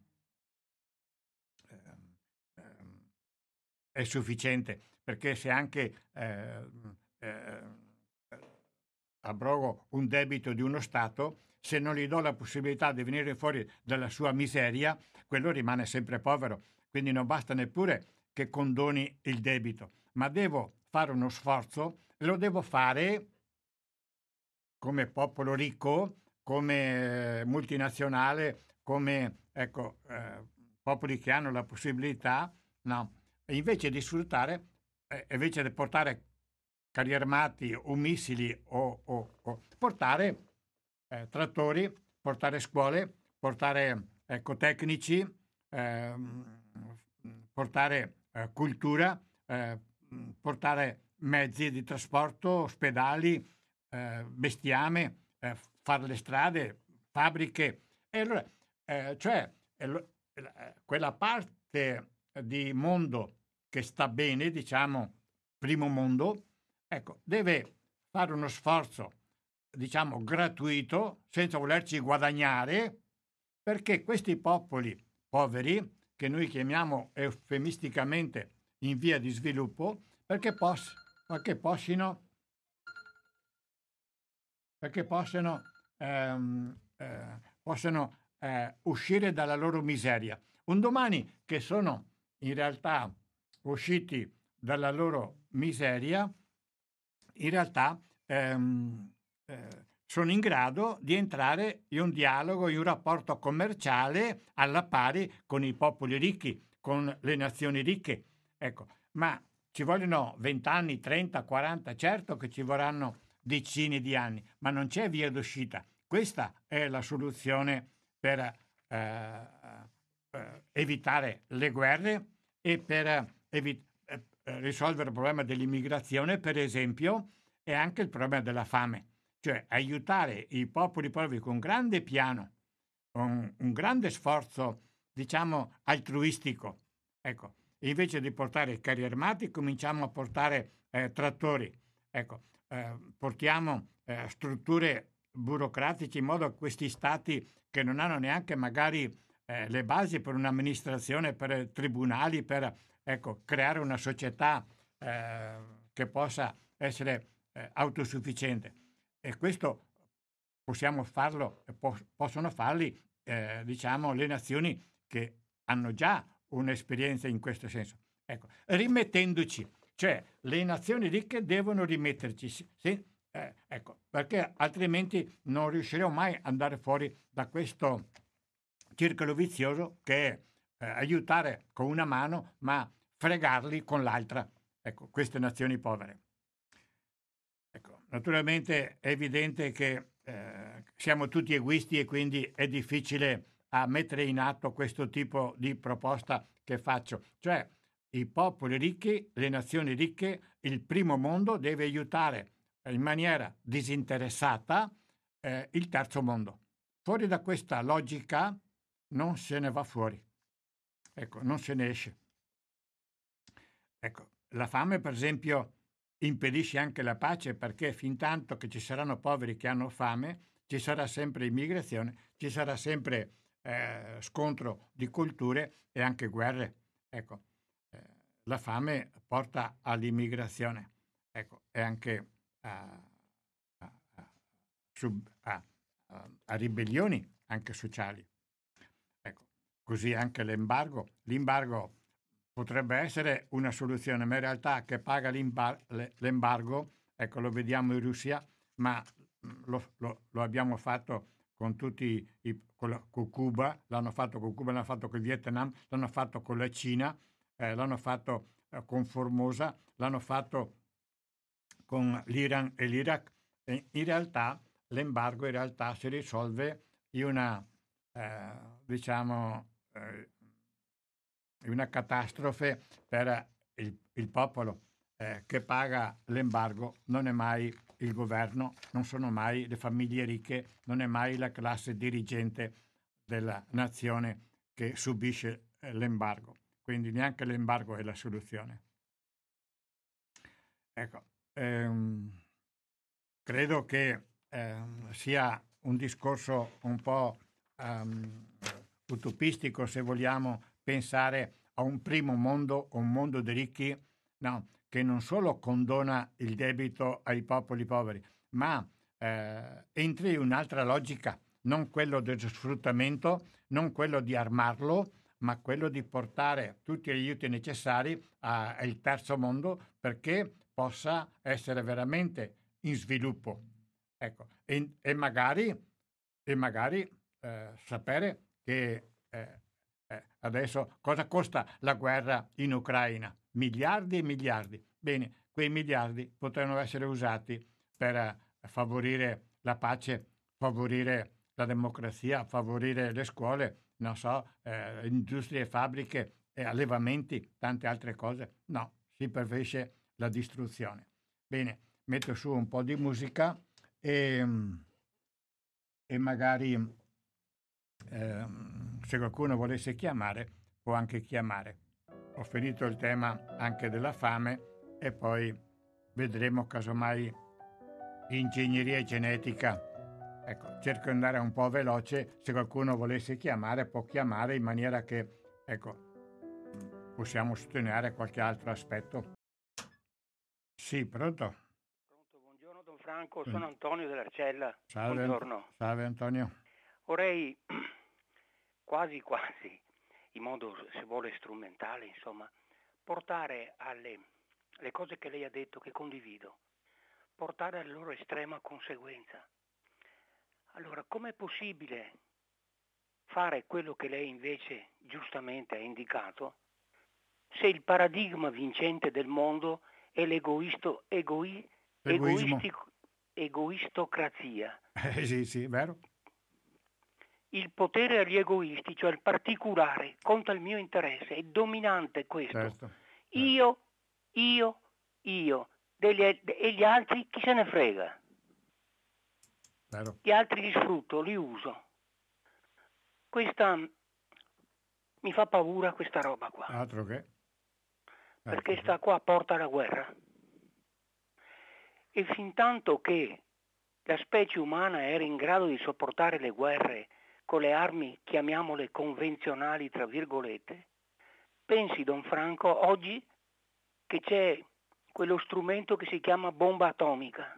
ehm, ehm, è sufficiente, perché se anche eh, eh, abrogo un debito di uno Stato, se non gli do la possibilità di venire fuori dalla sua miseria, quello rimane sempre povero. Quindi non basta neppure che condoni il debito, ma devo fare uno sforzo e lo devo fare come popolo ricco, come eh, multinazionale, come ecco, eh, popoli che hanno la possibilità, no? E invece di sfruttare, eh, invece di portare carri armati o missili o, o- o portare eh, trattori, portare scuole, portare ecco, tecnici, ehm, portare eh, cultura, eh, portare mezzi di trasporto, ospedali, eh, bestiame, eh, fare le strade, fabbriche. E allora, eh, cioè, eh, lo- eh, quella parte di mondo che sta bene, diciamo, primo mondo, ecco, deve fare uno sforzo, diciamo, gratuito, senza volerci guadagnare, perché questi popoli poveri, che noi chiamiamo eufemisticamente in via di sviluppo, perché, poss- perché possino perché possano, ehm, eh, possano eh, uscire dalla loro miseria. Un domani che sono in realtà usciti dalla loro miseria, in realtà ehm, eh, sono in grado di entrare in un dialogo, in un rapporto commerciale alla pari con i popoli ricchi, con le nazioni ricche. Ecco, ma ci vogliono venti anni, trenta, quaranta, certo che ci vorranno decine di anni, ma non c'è via d'uscita. Questa è la soluzione per eh, eh, evitare le guerre e per evi- eh, risolvere il problema dell'immigrazione, per esempio, e anche il problema della fame. Cioè aiutare i popoli poveri con un grande piano, con un grande sforzo, diciamo, altruistico. Ecco, invece di portare carri armati, cominciamo a portare eh, trattori. Ecco, eh, portiamo eh, strutture burocratiche in modo che questi stati che non hanno neanche magari eh, le basi per un'amministrazione, per tribunali, per ecco, creare una società eh, che possa essere eh, autosufficiente. E questo possiamo farlo, po- possono farli, eh, diciamo, le nazioni che hanno già un'esperienza in questo senso. Ecco, rimettendoci, cioè le nazioni ricche devono rimetterci, sì, sì, eh, ecco, perché altrimenti non riusciremo mai ad andare fuori da questo circolo vizioso che è eh, aiutare con una mano, ma fregarli con l'altra. Ecco, queste nazioni povere. Ecco, naturalmente è evidente che eh, siamo tutti egoisti e quindi è difficile a mettere in atto questo tipo di proposta che faccio. Cioè, i popoli ricchi, le nazioni ricche, il primo mondo deve aiutare in maniera disinteressata eh, il terzo mondo. Fuori da questa logica non se ne va fuori. Ecco, non se ne esce. Ecco, la fame, per esempio, impedisce anche la pace perché fin tanto che ci saranno poveri che hanno fame, ci sarà sempre immigrazione, ci sarà sempre eh, scontro di culture e anche guerre. Ecco, eh, la fame porta all'immigrazione, ecco, e anche a, a- a- sub- a- a- a ribellioni anche sociali. Ecco, così anche l'embargo. L'embargo potrebbe essere una soluzione, ma in realtà che paga l'imbar- le- l'embargo, ecco, lo vediamo in Russia, ma mm, lo, lo- lo abbiamo fatto con tutti i, con, la- con Cuba, l'hanno fatto con Cuba, l'hanno fatto con il Vietnam, l'hanno fatto con la Cina, eh, l'hanno fatto eh, con Formosa, l'hanno fatto con l'Iran e l'Iraq. E in realtà l'embargo in realtà si risolve in una, eh, diciamo, eh, in una catastrofe per il, il popolo eh, che paga l'embargo non è mai il governo, non sono mai le famiglie ricche, non è mai la classe dirigente della nazione che subisce eh, l'embargo. Quindi neanche l'embargo è la soluzione. Ecco, ehm, credo che ehm, sia un discorso un po' ehm, utopistico se vogliamo pensare a un primo mondo, un mondo di ricchi, no, che non solo condona il debito ai popoli poveri, ma eh, entri in un'altra logica, non quello del sfruttamento, non quello di armarlo, ma quello di portare tutti gli aiuti necessari a- al terzo mondo perché possa essere veramente in sviluppo. Ecco, e, e magari, e magari eh, sapere che eh, eh, adesso cosa costa la guerra in Ucraina? Miliardi e miliardi. Bene, quei miliardi potranno essere usati per eh, favorire la pace, favorire la democrazia, favorire le scuole, non so, eh, industrie, fabbriche, eh, allevamenti, tante altre cose. No, si preferisce la distruzione. Bene, metto su un po' di musica e, e magari ehm, se qualcuno volesse chiamare può anche chiamare. Ho finito il tema anche della fame e poi vedremo casomai ingegneria genetica. Ecco, cerco di andare un po' veloce, se qualcuno volesse chiamare può chiamare in maniera che, ecco, possiamo sottolineare qualche altro aspetto. Sì, pronto? Pronto, buongiorno Don Franco, Mm. sono Antonio dell'Arcella. Salve, Ant- Buongiorno. salve Antonio. Vorrei quasi quasi, in modo se vuole strumentale, insomma, portare alle le cose che lei ha detto, che condivido, portare alla loro estrema conseguenza. Allora, com'è possibile fare quello che lei invece giustamente ha indicato se il paradigma vincente del mondo è l'egoisto, egoi, Egoismo. egoistico, egoistocrazia? Eh, sì, sì, vero? Il potere agli egoisti, cioè il particolare, conta il mio interesse, è dominante questo. Certo, certo. Io, io, io, degli, e gli altri chi se ne frega? Vero. Gli altri li sfrutto, li uso. Questa mi fa paura questa roba qua, Altro che. perché Altro sta qua porta alla guerra. E fin tanto che la specie umana era in grado di sopportare le guerre con le armi, chiamiamole convenzionali, tra virgolette, pensi, Don Franco, oggi che c'è quello strumento che si chiama bomba atomica.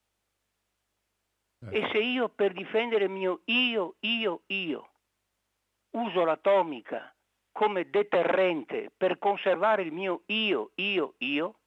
che. E se io per difendere il mio io, io, io, uso l'atomica come deterrente per conservare il mio io, io, io,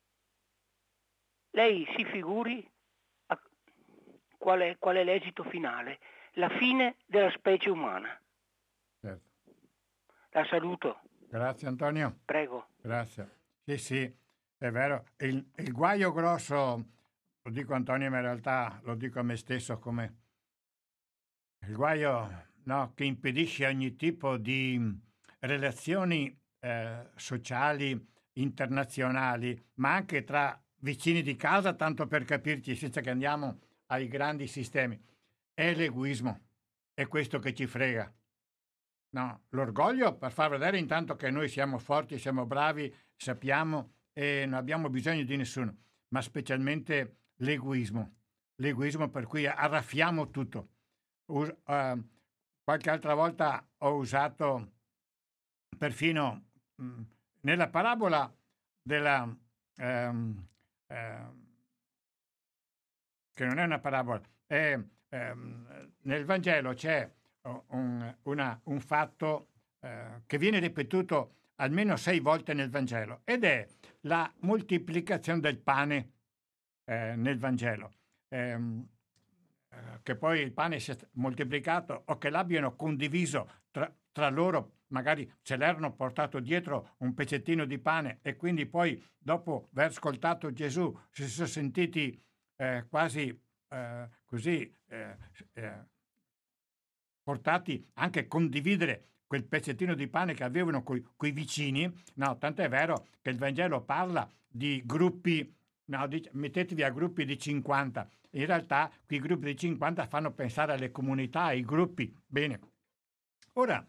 lei si figuri a- qual è, qual è l'esito finale, la fine della specie umana. Certo. La saluto. Grazie Antonio. Prego. Grazie. Sì, sì, è vero. Il, il guaio grosso, lo dico a Antonio, ma in realtà lo dico a me stesso come il guaio, no, che impedisce ogni tipo di relazioni eh, sociali, internazionali, ma anche tra vicini di casa, tanto per capirci, senza che andiamo ai grandi sistemi. È l'egoismo, è questo che ci frega. No, l'orgoglio per far vedere intanto che noi siamo forti, siamo bravi, sappiamo e non abbiamo bisogno di nessuno, ma specialmente l'egoismo. L'egoismo per cui arraffiamo tutto. Us- eh, qualche altra volta ho usato perfino mh, nella parabola della, ehm, ehm, che non è una parabola, è, ehm, nel Vangelo c'è un, una- un fatto eh, che viene ripetuto almeno sei volte nel Vangelo, ed è la moltiplicazione del pane eh, nel Vangelo. Ehm, eh, che poi il pane sia moltiplicato o che l'abbiano condiviso tra, tra loro, magari se l'erano portato dietro un pezzettino di pane e quindi poi dopo aver ascoltato Gesù si sono sentiti eh, quasi eh, così eh, eh, portati anche a condividere quel pezzettino di pane che avevano coi, coi vicini. No, tanto è vero che il Vangelo parla di gruppi, no, di, mettetevi a gruppi di cinquanta. In realtà quei gruppi di cinquanta fanno pensare alle comunità, ai gruppi. Bene. Ora,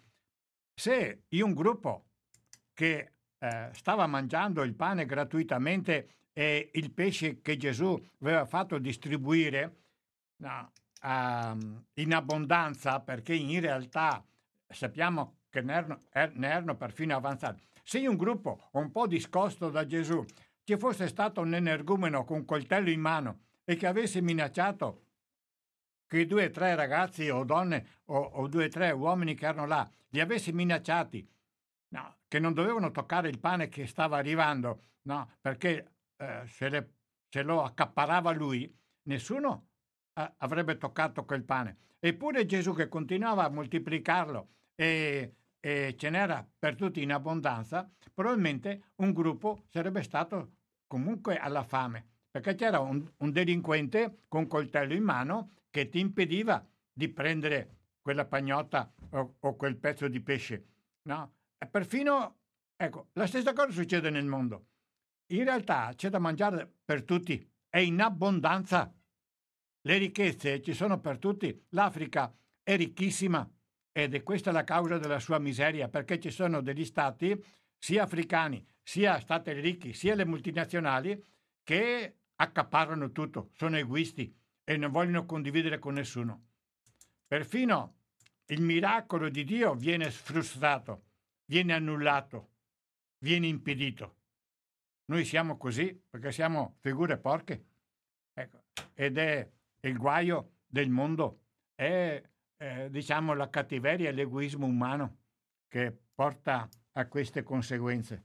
se in un gruppo che eh, stava mangiando il pane gratuitamente e il pesce che Gesù aveva fatto distribuire, no, uh, in abbondanza, perché in realtà sappiamo che ne erano, er, ne erano perfino avanzati. Se in un gruppo un po' discosto da Gesù ci fosse stato un energumeno con un coltello in mano e che avesse minacciato quei due o tre ragazzi o donne o, o due o tre uomini che erano là, li avesse minacciati, no, che non dovevano toccare il pane che stava arrivando, no, perché eh, se, le, se lo accaparrava lui, nessuno eh, avrebbe toccato quel pane. Eppure Gesù, che continuava a moltiplicarlo e, e ce n'era per tutti in abbondanza, probabilmente un gruppo sarebbe stato comunque alla fame, perché c'era un, un delinquente con coltello in mano che ti impediva di prendere quella pagnotta o, o quel pezzo di pesce, no? E perfino, ecco, la stessa cosa succede nel mondo. In realtà c'è da mangiare per tutti, è in abbondanza. Le ricchezze ci sono per tutti. L'Africa è ricchissima ed è questa la causa della sua miseria, perché ci sono degli stati, sia africani, sia stati ricchi, sia le multinazionali, che accaparrano tutto, sono egoisti e non vogliono condividere con nessuno. Perfino il miracolo di Dio viene frustrato, viene annullato, viene impedito. Noi siamo così perché siamo figure porche. Ecco. Ed è il guaio del mondo, è eh, diciamo la cattiveria e l'egoismo umano che porta a queste conseguenze.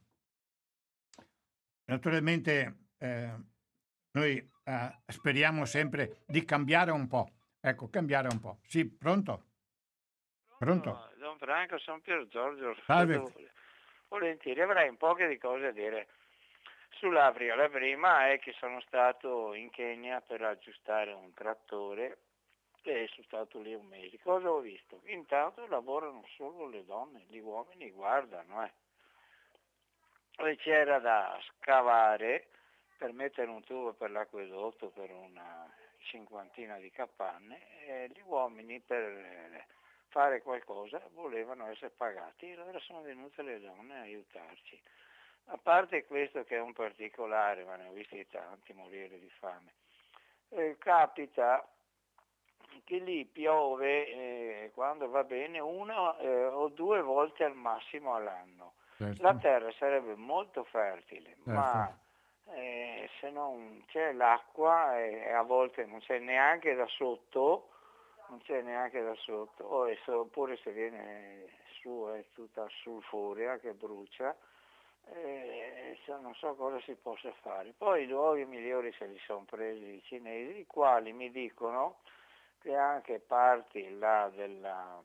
Naturalmente eh, noi eh, speriamo sempre di cambiare un po'. Ecco, cambiare un po'. Sì, pronto? Pronto? No, Don Franco, sono Pier Giorgio. Salve. Volentieri, avrei un po' di cose da dire sull'Africa. La prima è che sono stato in Kenya per aggiustare un trattore e sono stato lì un mese. Cosa ho visto? Intanto lavorano solo le donne, gli uomini guardano. Eh. E c'era da scavare per mettere un tubo per l'acquedotto per una cinquantina di capanne e gli uomini per fare qualcosa volevano essere pagati e allora sono venute le donne a aiutarci. A parte questo che è un particolare, ma ne ho visti tanti morire di fame, eh, capita che lì piove eh, quando va bene una eh, o due volte al massimo all'anno. Certo. La terra sarebbe molto fertile, certo. ma eh, se non c'è l'acqua e eh, a volte non c'è neanche da sotto, non c'è neanche da sotto, oppure se viene su è tutta sulfurea che brucia, eh, non so cosa si possa fare. Poi i luoghi migliori se li sono presi i cinesi, i quali mi dicono che anche parti là della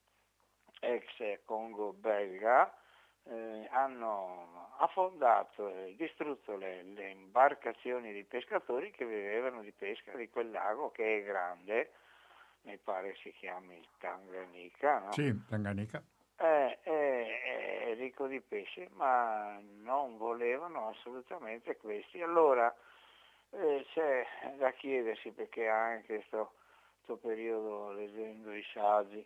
ex Congo belga eh, hanno affondato e distrutto le, le imbarcazioni di pescatori che vivevano di pesca di quel lago che è grande, mi pare si chiami Tanganyika, no? Sì, Tanganyika. È, è, è ricco di pesce, ma non volevano assolutamente questi. Allora eh, c'è da chiedersi, perché anche questo periodo leggendo i saggi,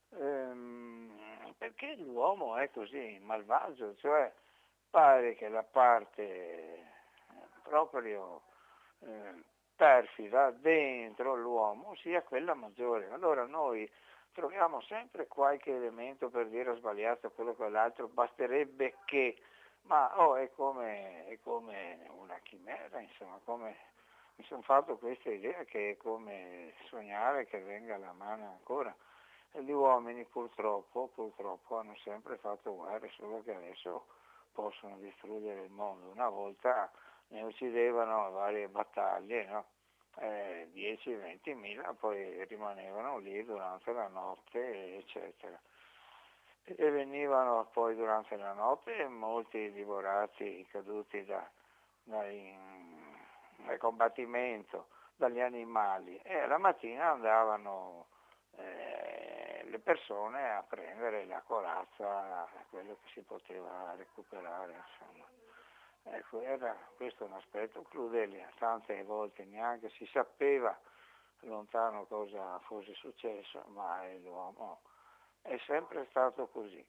ehm, perché l'uomo è così malvagio, cioè pare che la parte proprio eh, perfida dentro l'uomo sia quella maggiore. Allora noi troviamo sempre qualche elemento per dire ho sbagliato quello o quell'altro, basterebbe che, ma oh, è come, è come una chimera, insomma, come mi sono fatto questa idea che è come sognare che venga la mano ancora. E gli uomini purtroppo, purtroppo hanno sempre fatto guerre, solo che adesso possono distruggere il mondo. Una volta ne uccidevano a varie battaglie, no? eh, dieci venti mila, poi rimanevano lì durante la notte, eccetera. E venivano poi durante la notte molti divorati, caduti da, dai, dal combattimento, dagli animali, e la mattina andavano eh, le persone a prendere la corazza, quello che si poteva recuperare, insomma. Ecco, era questo un aspetto crudele, tante volte neanche si sapeva lontano cosa fosse successo, ma l'uomo è sempre stato così.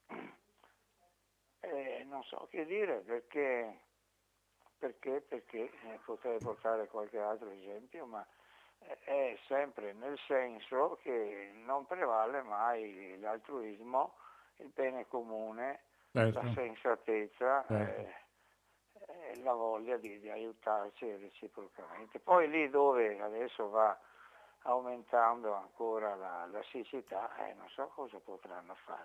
E non so che dire, perché, perché, perché eh, potrei portare qualche altro esempio, ma è sempre nel senso che non prevale mai l'altruismo, il bene comune, Certo. la sensatezza, Certo. eh, eh, la voglia di, di aiutarci reciprocamente. Poi lì dove adesso va aumentando ancora la, la siccità, eh, non so cosa potranno fare.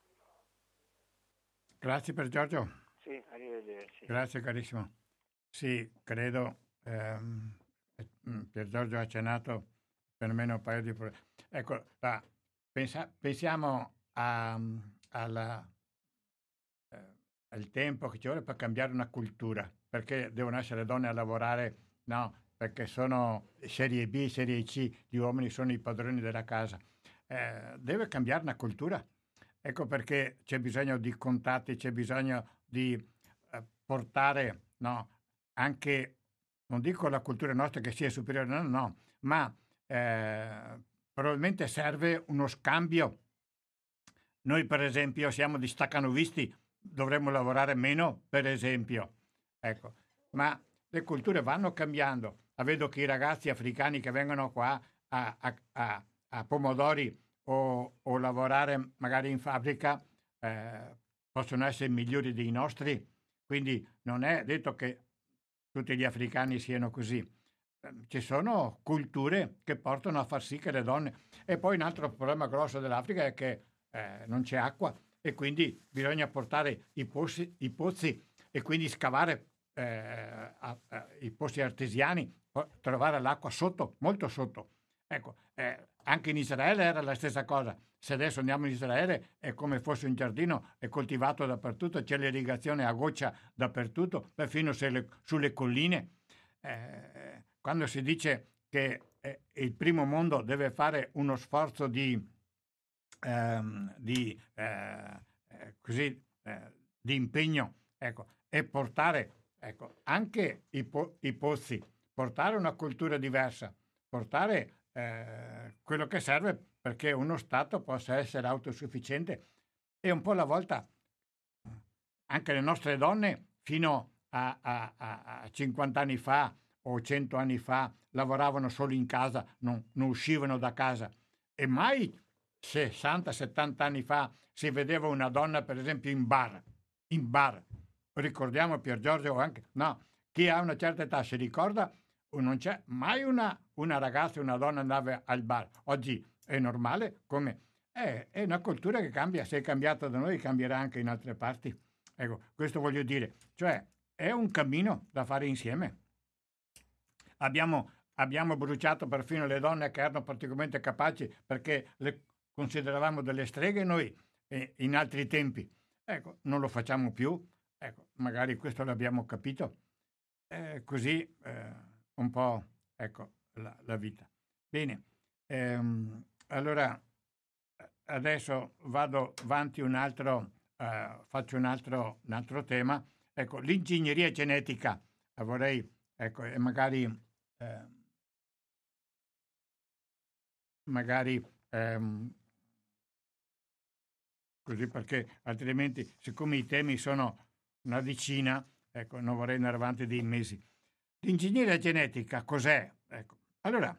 Grazie per Giorgio. Sì, arrivederci. Grazie carissimo. Sì, credo, ehm, eh, Pier Giorgio ha accennato perlomeno un paio di problemi. Ecco, va, pensa- pensiamo a- alla, eh, al tempo che ci vuole per cambiare una cultura, perché devono essere donne a lavorare, no, perché sono serie B, serie C, gli uomini sono i padroni della casa. Eh, deve cambiare una cultura. Ecco perché c'è bisogno di contatti, c'è bisogno di eh, portare, no, anche, non dico la cultura nostra che sia superiore, no, no, ma eh, probabilmente serve uno scambio. Noi, per esempio, siamo di staccanovisti, dovremmo lavorare meno, per esempio. Ecco, ma le culture vanno cambiando. Ah, vedo che i ragazzi africani che vengono qua a, a- a- a pomodori o, o lavorare magari in fabbrica eh, possono essere migliori dei nostri, quindi non è detto che tutti gli africani siano così. Eh, Ci sono culture che portano a far sì che le donne... E poi un altro problema grosso dell'Africa è che eh, non c'è acqua e quindi bisogna portare i pozzi, i pozzi e quindi scavare eh, a- a- i pozzi artesiani, po- trovare l'acqua sotto, molto sotto. Ecco, eh, anche in Israele era la stessa cosa. Se adesso andiamo in Israele è come fosse un giardino, è coltivato dappertutto, c'è l'irrigazione a goccia dappertutto, perfino se le- sulle colline. Eh, quando si dice che eh, il primo mondo deve fare uno sforzo di, ehm, di, eh, eh, così, eh, di impegno, ecco, e portare, ecco, anche i, po- i pozzi, portare una cultura diversa, portare eh, quello che serve perché uno Stato possa essere autosufficiente e un po' alla volta anche le nostre donne fino a, a- a- a cinquanta anni fa o cento anni fa lavoravano solo in casa, non, non uscivano da casa. E mai sessanta settanta anni fa si vedeva una donna, per esempio, in bar. In bar. Ricordiamo Pier Giorgio anche... No, chi ha una certa età si ricorda, o non c'è mai una, una ragazza, una donna andava al bar. Oggi è normale come... È, è una cultura che cambia, se è cambiata da noi cambierà anche in altre parti. Ecco, questo voglio dire, cioè è un cammino da fare insieme. Abbiamo, abbiamo bruciato perfino le donne che erano particolarmente capaci perché le consideravamo delle streghe noi eh, in altri tempi. Ecco, non lo facciamo più, ecco, magari questo l'abbiamo capito. Eh, così eh, un po', ecco, la, la vita. Bene, ehm, allora adesso vado avanti un altro, eh, faccio un altro, un altro tema. Ecco, l'ingegneria genetica, la vorrei, ecco, e magari, eh, magari ehm, così perché altrimenti, siccome i temi sono una decina, ecco, non vorrei andare avanti dei mesi. L'ingegneria genetica cos'è? Ecco, allora,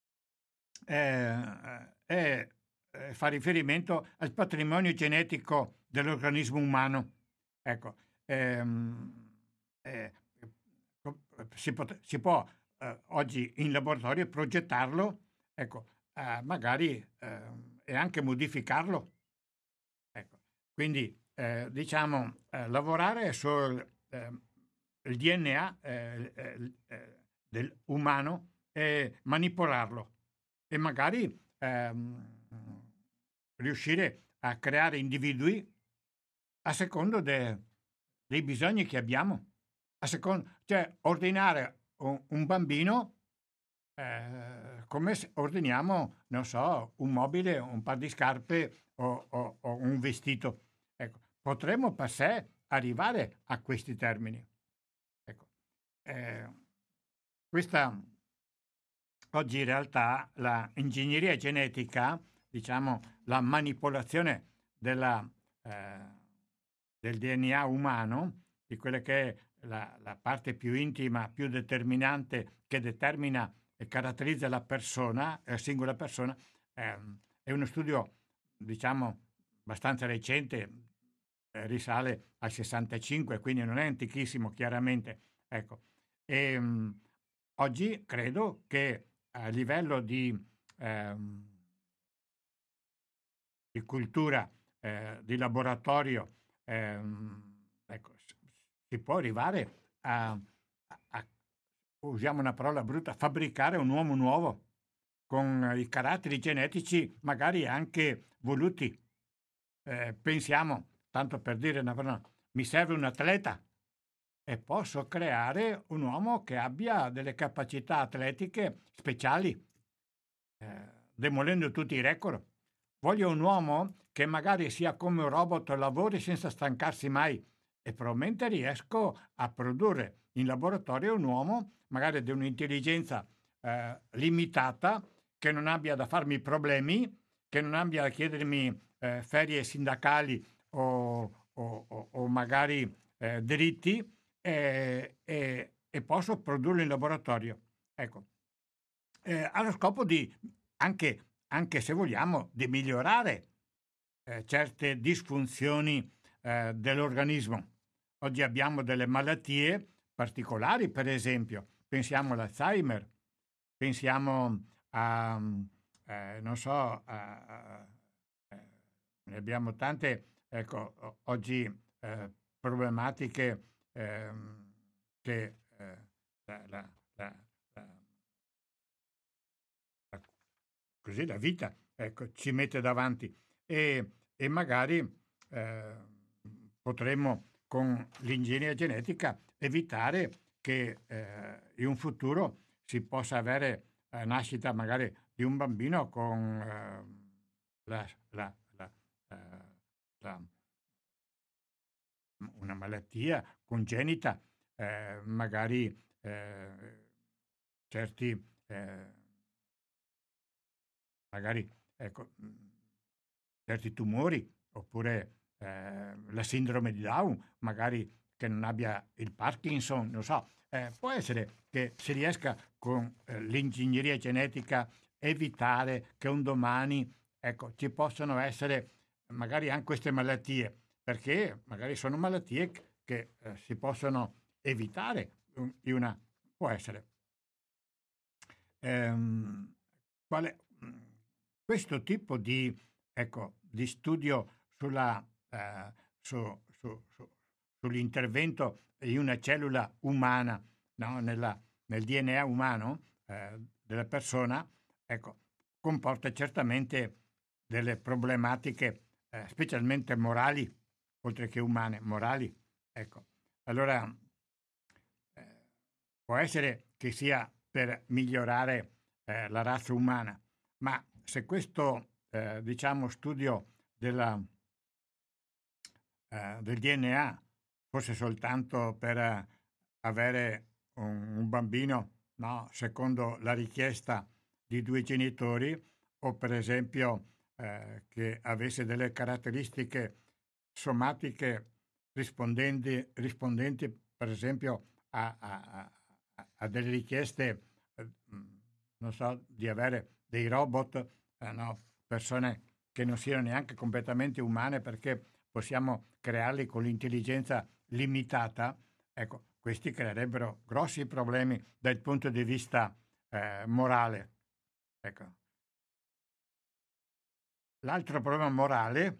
eh, è, eh, fa riferimento al patrimonio genetico dell'organismo umano. Ecco, ehm, eh, si, pot- si può eh, oggi in laboratorio progettarlo, ecco, eh, magari ehm, e anche modificarlo. Ecco. Quindi eh, diciamo eh, lavorare sul eh, il D N A eh, eh, eh, dell'umano e manipolarlo e magari ehm, riuscire a creare individui a secondo de- dei bisogni che abbiamo, a secondo, cioè ordinare un, un bambino eh, come se ordiniamo, non so, un mobile, un par di scarpe o, o- o un vestito. Ecco, potremmo per sé arrivare a questi termini. Ecco, eh, questa oggi in realtà la ingegneria genetica, diciamo la manipolazione della, eh, del D N A umano, di quella che è la, la parte più intima, più determinante che determina e caratterizza la persona, la singola persona, ehm, è uno studio, diciamo, abbastanza recente, eh, risale al sessantacinque, quindi non è antichissimo, chiaramente. Ecco. E, mh, oggi credo che a livello di, ehm, di cultura, eh, di laboratorio, ehm, ecco, s- si può arrivare a, a- a- usiamo una parola brutta, fabbricare un uomo nuovo con i caratteri genetici magari anche voluti. Eh, pensiamo, tanto per dire una parola, mi serve un atleta e posso creare un uomo che abbia delle capacità atletiche speciali, eh, demolendo tutti i record. Voglio un uomo che magari sia come un robot, lavori senza stancarsi mai e probabilmente riesco a produrre in laboratorio un uomo magari di un'intelligenza eh, limitata, che non abbia da farmi problemi, che non abbia da chiedermi eh, ferie sindacali o, o- o- o magari eh, diritti e, e- e posso produrlo in laboratorio. Ecco, eh, allo scopo di anche, anche se vogliamo, di migliorare eh, certe disfunzioni eh, dell'organismo. Oggi abbiamo delle malattie particolari, per esempio, pensiamo all'Alzheimer, pensiamo a, eh, non so, a, a- eh, ne abbiamo tante, ecco, o- oggi eh, problematiche ehm, che eh, la, la- la- la- la- così la vita, ecco, ci mette davanti e, e magari eh, potremmo con l'ingegneria genetica evitare che eh, in un futuro si possa avere la nascita magari di un bambino con eh, la, la- la- eh, la- una malattia congenita, eh, magari eh, certi eh, magari ecco, mh, certi tumori, oppure eh, la sindrome di Down, magari che non abbia il Parkinson, non so. Eh, può essere che si riesca con eh, l'ingegneria genetica evitare che un domani ecco, ci possano essere magari anche queste malattie, perché magari sono malattie che, che, eh, si possono evitare. un- di una, può essere. Ehm, quale, mh, questo tipo di, ecco, di studio sulla, eh, su- su- su- sull'intervento di una cellula umana, no, nella- nel D N A umano eh, della persona, ecco, comporta certamente delle problematiche, eh, specialmente morali, oltre che umane, morali. Ecco. Allora, eh, può essere che sia per migliorare eh, la razza umana, ma se questo, eh, diciamo, studio della, eh, del D N A fosse soltanto per eh, avere un, un bambino, no, secondo la richiesta di due genitori, o per esempio eh, che avesse delle caratteristiche somatiche rispondenti, rispondenti per esempio a, a- a- a- a delle richieste, eh, mh, non so, di avere dei robot, eh, no, persone che non siano neanche completamente umane perché possiamo crearli con l'intelligenza limitata, ecco, questi creerebbero grossi problemi dal punto di vista eh, morale. Ecco. l'altro problema morale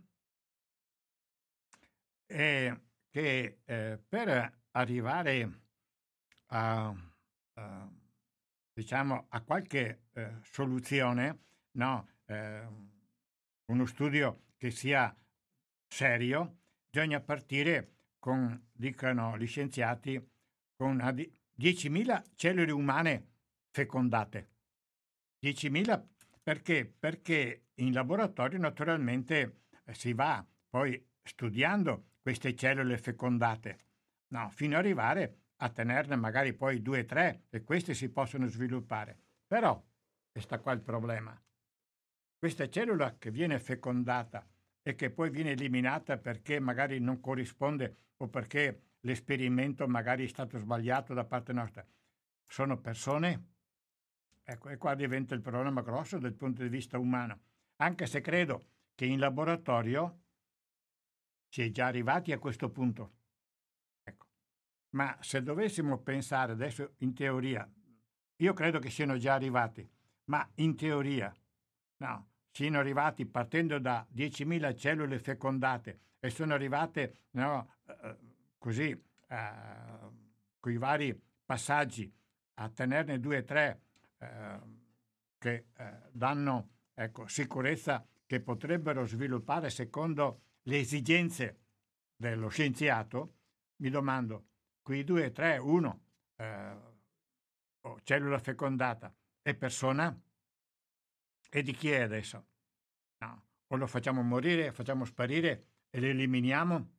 è che eh, per arrivare a, a, diciamo, a qualche eh, soluzione, no, eh, uno studio che sia serio, bisogna partire con, dicono gli scienziati, con diecimila cellule umane fecondate. diecimila perché? Perché in laboratorio naturalmente eh, si va poi studiando queste cellule fecondate, no, fino ad arrivare a tenerne magari poi due o tre e queste si possono sviluppare. Però, e sta qua il problema, questa cellula che viene fecondata e che poi viene eliminata perché magari non corrisponde o perché l'esperimento magari è stato sbagliato da parte nostra, sono persone? Ecco, e qua diventa il problema grosso dal punto di vista umano, anche se credo che in laboratorio si è già arrivati a questo punto. Ecco. Ma se dovessimo pensare adesso in teoria, io credo che siano già arrivati, ma in teoria, no, siano arrivati partendo da diecimila cellule fecondate e sono arrivate, no, eh, così, eh, con i vari passaggi, a tenerne due o tre eh, che eh, danno, ecco, sicurezza, che potrebbero sviluppare secondo le esigenze dello scienziato, mi domando, quei due, tre, uno, eh, oh, cellula fecondata e persona? E di chi è adesso? No, o lo facciamo morire, facciamo sparire e lo eliminiamo?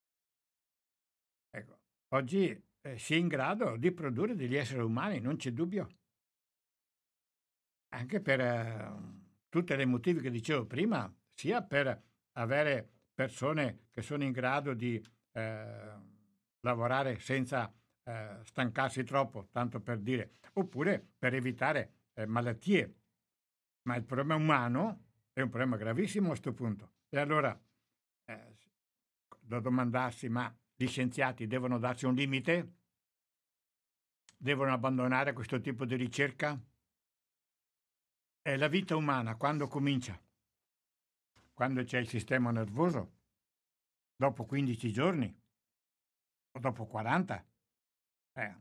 Ecco, oggi eh, si è in grado di produrre degli esseri umani, non c'è dubbio. Anche per eh, tutti i motivi che dicevo prima, sia per avere persone che sono in grado di eh, lavorare senza eh, stancarsi troppo, tanto per dire, oppure per evitare eh, malattie. Ma il problema umano è un problema gravissimo a questo punto. E allora eh, da domandarsi, ma gli scienziati devono darsi un limite? Devono abbandonare questo tipo di ricerca? È la vita umana quando comincia? Quando c'è il sistema nervoso? Dopo quindici giorni? O dopo quaranta? Eh,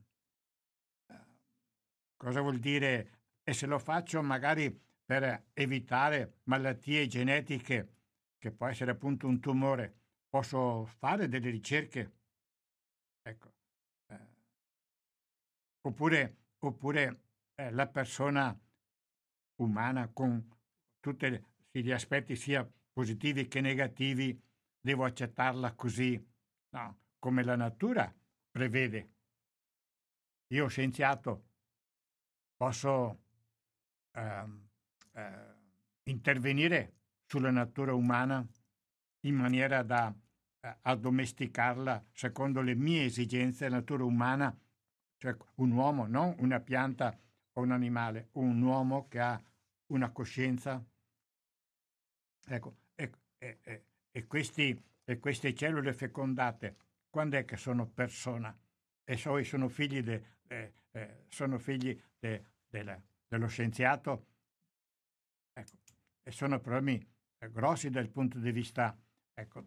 cosa vuol dire? E se lo faccio magari per evitare malattie genetiche, che può essere appunto un tumore, posso fare delle ricerche? Ecco. Eh, oppure oppure eh, la persona umana con tutti gli aspetti sia positivi che negativi, devo accettarla così, no, come la natura prevede. Io scienziato posso ehm, eh, intervenire sulla natura umana in maniera da eh, addomesticarla secondo le mie esigenze, la natura umana, cioè un uomo, non una pianta o un animale, un uomo che ha una coscienza. Ecco, e, e, e, e, questi, e queste cellule fecondate, quando è che sono persona? E so, sono figli, de, eh, eh, sono figli de, de la, dello scienziato? Ecco, e sono problemi eh, grossi dal punto di vista, ecco,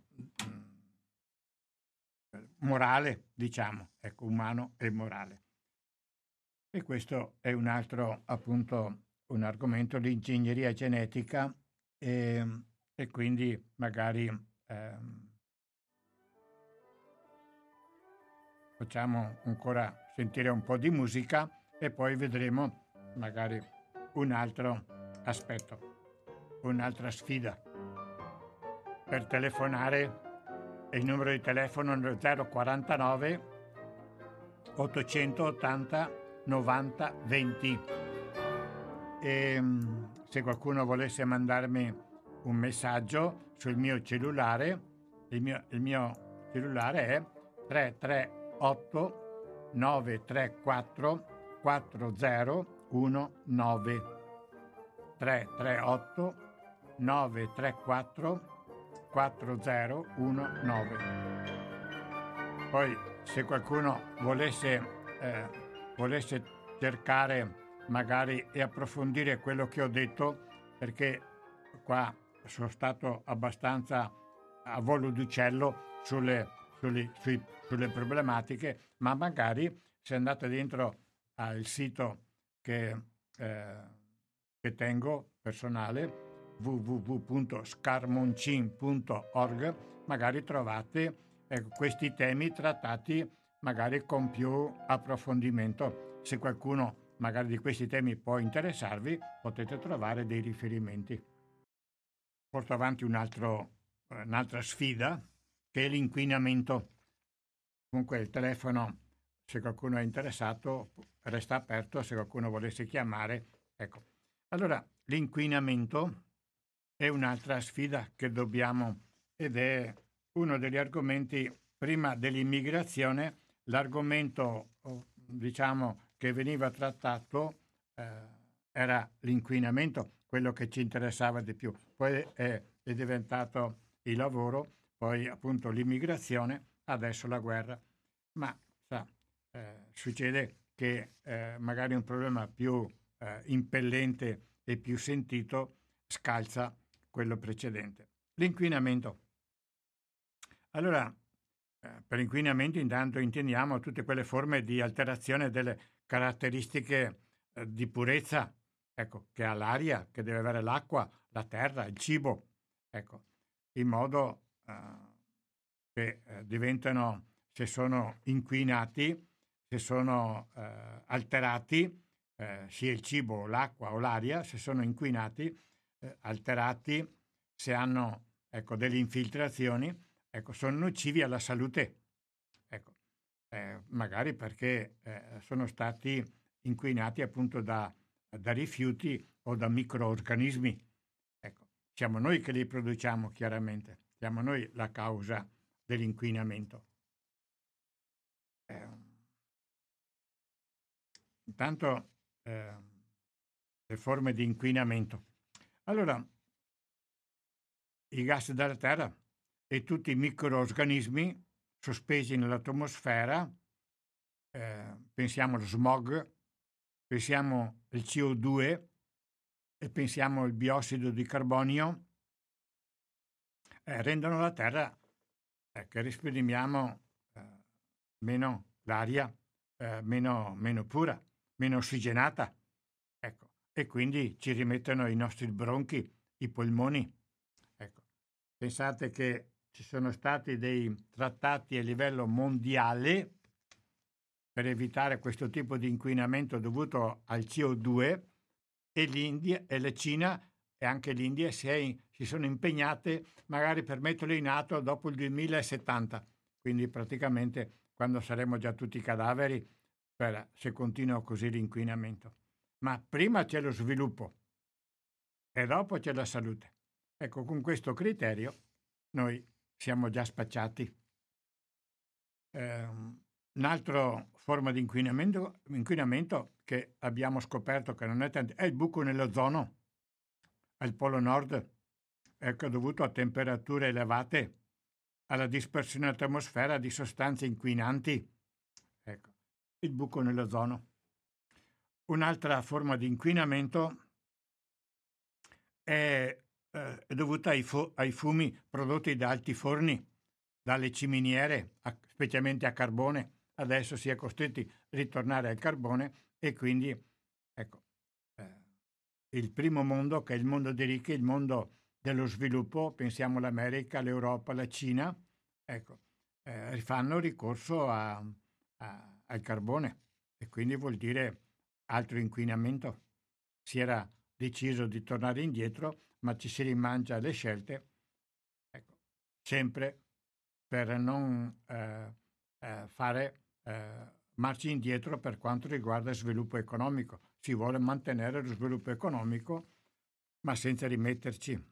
morale, diciamo, ecco, umano e morale. E questo è un altro, appunto, un argomento, l'ingegneria genetica, e, e quindi magari ehm, facciamo ancora sentire un po' di musica e poi vedremo magari un altro aspetto, un'altra sfida. Per telefonare il numero di telefono è zero quarantanove ottocentottanta novanta venti. E se qualcuno volesse mandarmi un messaggio sul mio cellulare, il mio, il mio cellulare è tre tre otto nove tre quattro quattro zero uno nove, tre tre otto nove tre quattro quattro zero uno nove. Poi se qualcuno volesse, eh, volesse cercare magari e approfondire quello che ho detto, perché qua sono stato abbastanza a volo d'uccello sulle, sulle, sui, sulle problematiche, ma magari se andate dentro al sito che, eh, che tengo personale, w w w punto scarmoncin punto org, magari trovate eh, questi temi trattati magari con più approfondimento. Se qualcuno magari di questi temi può interessarvi, potete trovare dei riferimenti. Porto avanti un altro, un'altra sfida, che è l'inquinamento. Comunque il telefono, se qualcuno è interessato, resta aperto, se qualcuno volesse chiamare. Ecco. Allora, l'inquinamento è un'altra sfida che dobbiamo, ed è uno degli argomenti, prima dell'immigrazione, l'argomento, diciamo, che veniva trattato eh, era l'inquinamento, quello che ci interessava di più. Poi è, è diventato il lavoro, poi appunto l'immigrazione, adesso la guerra. Ma sa, eh, succede che eh, magari un problema più eh, impellente e più sentito scalza quello precedente. L'inquinamento. Allora, eh, per inquinamento intanto intendiamo tutte quelle forme di alterazione delle caratteristiche eh, di purezza, ecco, che ha l'aria, che deve avere l'acqua, la terra, il cibo, ecco, in modo eh, che eh, diventano, se sono inquinati, se sono eh, alterati, eh, sia il cibo, l'acqua o l'aria, se sono inquinati, eh, alterati, se hanno, ecco, delle infiltrazioni, ecco, sono nocivi alla salute, ecco, eh, magari perché eh, sono stati inquinati appunto da, da rifiuti o da microorganismi. Ecco, siamo noi che li produciamo, chiaramente, siamo noi la causa dell'inquinamento. Eh, intanto eh, le forme di inquinamento. Allora, i gas della Terra e tutti i microorganismi sospesi nell'atmosfera, eh, pensiamo allo smog, pensiamo al C O due e pensiamo al biossido di carbonio, eh, rendono la Terra eh, che respiriamo eh, meno l'aria, eh, meno, meno pura, meno ossigenata, ecco, e quindi ci rimettono i nostri bronchi, i polmoni. Ecco. Pensate che ci sono stati dei trattati a livello mondiale per evitare questo tipo di inquinamento dovuto al C O due, e l'India e la Cina e anche l'India si, è, si sono impegnate magari per metterlo in atto dopo il duemilasettanta, quindi praticamente quando saremo già tutti cadaveri, per, se continua così l'inquinamento. Ma prima c'è lo sviluppo e dopo c'è la salute. Ecco, con questo criterio noi siamo già spacciati. Eh, un'altra forma di inquinamento, inquinamento che abbiamo scoperto che non è tanto, è il buco nell'ozono al Polo Nord, ecco, dovuto a temperature elevate, alla dispersione atmosfera di sostanze inquinanti. Ecco, il buco nell'ozono. Un'altra forma di inquinamento è, eh, è dovuta ai, fu- ai fumi prodotti da alti forni, dalle ciminiere, a, specialmente a carbone. Adesso si è costretti a ritornare al carbone e quindi, ecco, eh, il primo mondo, che è il mondo dei ricchi, il mondo dello sviluppo, pensiamo all'America, l'Europa, la Cina, ecco, eh, fanno ricorso a, a, al carbone, e quindi vuol dire altro inquinamento. Si era deciso di tornare indietro, ma ci si rimangia le scelte, ecco, sempre per non eh, eh, fare eh, marcia indietro per quanto riguarda il sviluppo economico. Si vuole mantenere lo sviluppo economico, ma senza rimetterci.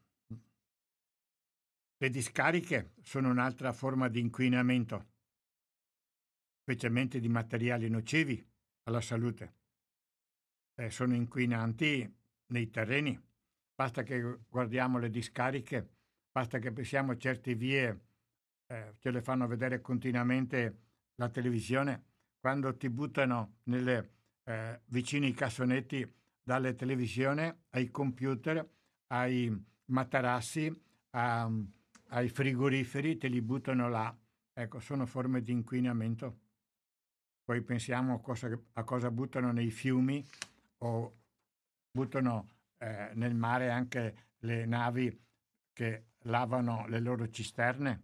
Le discariche sono un'altra forma di inquinamento, specialmente di materiali nocivi alla salute. Eh, sono inquinanti nei terreni. Basta che guardiamo le discariche, basta che pensiamo a certe vie, eh, ce le fanno vedere continuamente la televisione, quando ti buttano nelle, eh, vicino ai cassonetti dalle televisioni, ai computer, ai, materassi, a, ai frigoriferi, te li buttano là. Ecco, sono forme di inquinamento. Poi pensiamo a cosa, a cosa buttano nei fiumi o buttano eh, nel mare anche le navi che lavano le loro cisterne.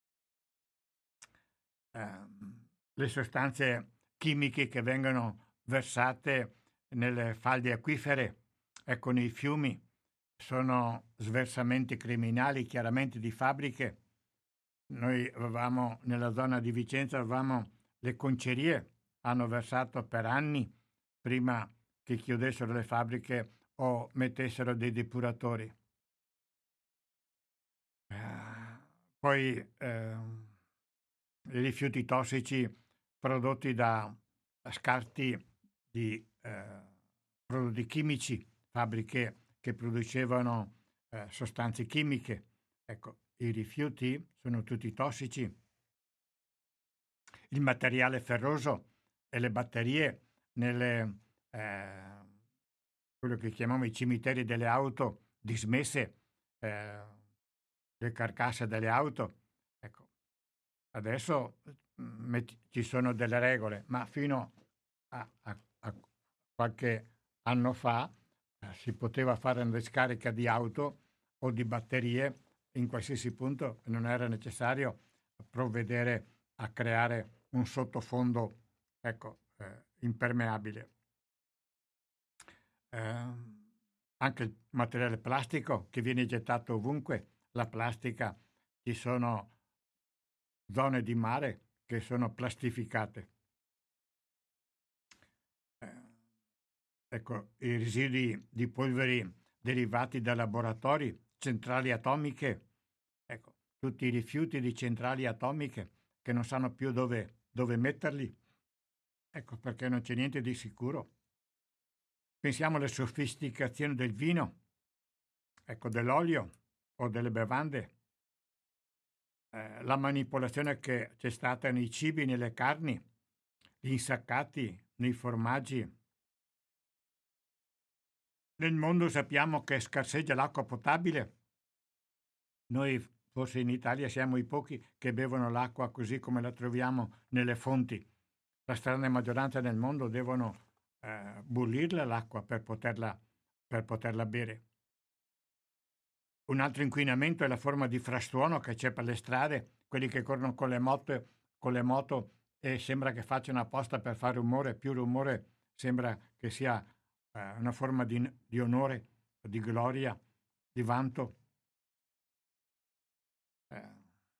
Eh, le sostanze chimiche che vengono versate nelle falde acquifere, ecco, nei fiumi, sono sversamenti criminali, chiaramente di fabbriche. Noi avevamo, nella zona di Vicenza, avevamo le concerie, hanno versato per anni, prima che chiudessero le fabbriche o mettessero dei depuratori. Eh, poi eh, i rifiuti tossici prodotti da scarti di eh, prodotti chimici, fabbriche che producevano eh, sostanze chimiche. Ecco, i rifiuti sono tutti tossici. Il materiale ferroso e le batterie nelle eh, quello che chiamiamo i cimiteri delle auto dismesse, eh, le carcasse delle auto. Ecco, adesso mm, metti- ci sono delle regole, ma fino a, a- a qualche anno fa eh, si poteva fare una discarica di auto o di batterie in qualsiasi punto e non era necessario provvedere a creare un sottofondo, ecco, eh, impermeabile. Eh, anche il materiale plastico che viene gettato ovunque, la plastica, ci sono zone di mare che sono plastificate. Eh, ecco, i residui di polveri derivati da laboratori, centrali atomiche, ecco, tutti i rifiuti di centrali atomiche che non sanno più dove, dove metterli, ecco perché non c'è niente di sicuro. Pensiamo alle sofisticazioni del vino, ecco, dell'olio o delle bevande, eh, la manipolazione che c'è stata nei cibi, nelle carni, gli insaccati, nei formaggi. Nel mondo sappiamo che scarseggia l'acqua potabile. Noi forse in Italia siamo i pochi che bevono l'acqua così come la troviamo nelle fonti. La stragrande maggioranza nel mondo devono eh, bollirla l'acqua per poterla, per poterla bere. Un altro inquinamento è la forma di frastuono che c'è per le strade, quelli che corrono con le moto, con le moto e sembra che facciano apposta per fare rumore, più rumore sembra che sia eh, una forma di, di onore, di gloria, di vanto. Eh,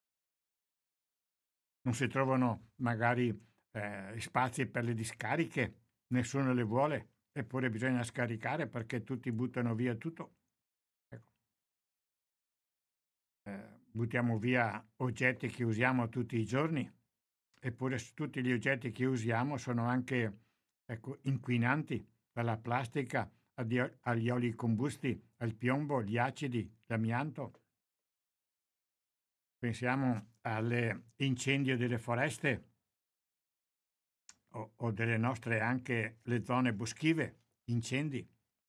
non si trovano magari eh, spazi per le discariche, nessuno le vuole, eppure bisogna scaricare perché tutti buttano via tutto. Ecco. Eh, buttiamo via oggetti che usiamo tutti i giorni, eppure tutti gli oggetti che usiamo sono anche, ecco, inquinanti, dalla plastica agli oli combusti, al piombo, gli acidi, l'amianto. Pensiamo all'incendio delle foreste o, o delle nostre anche le zone boschive, incendi.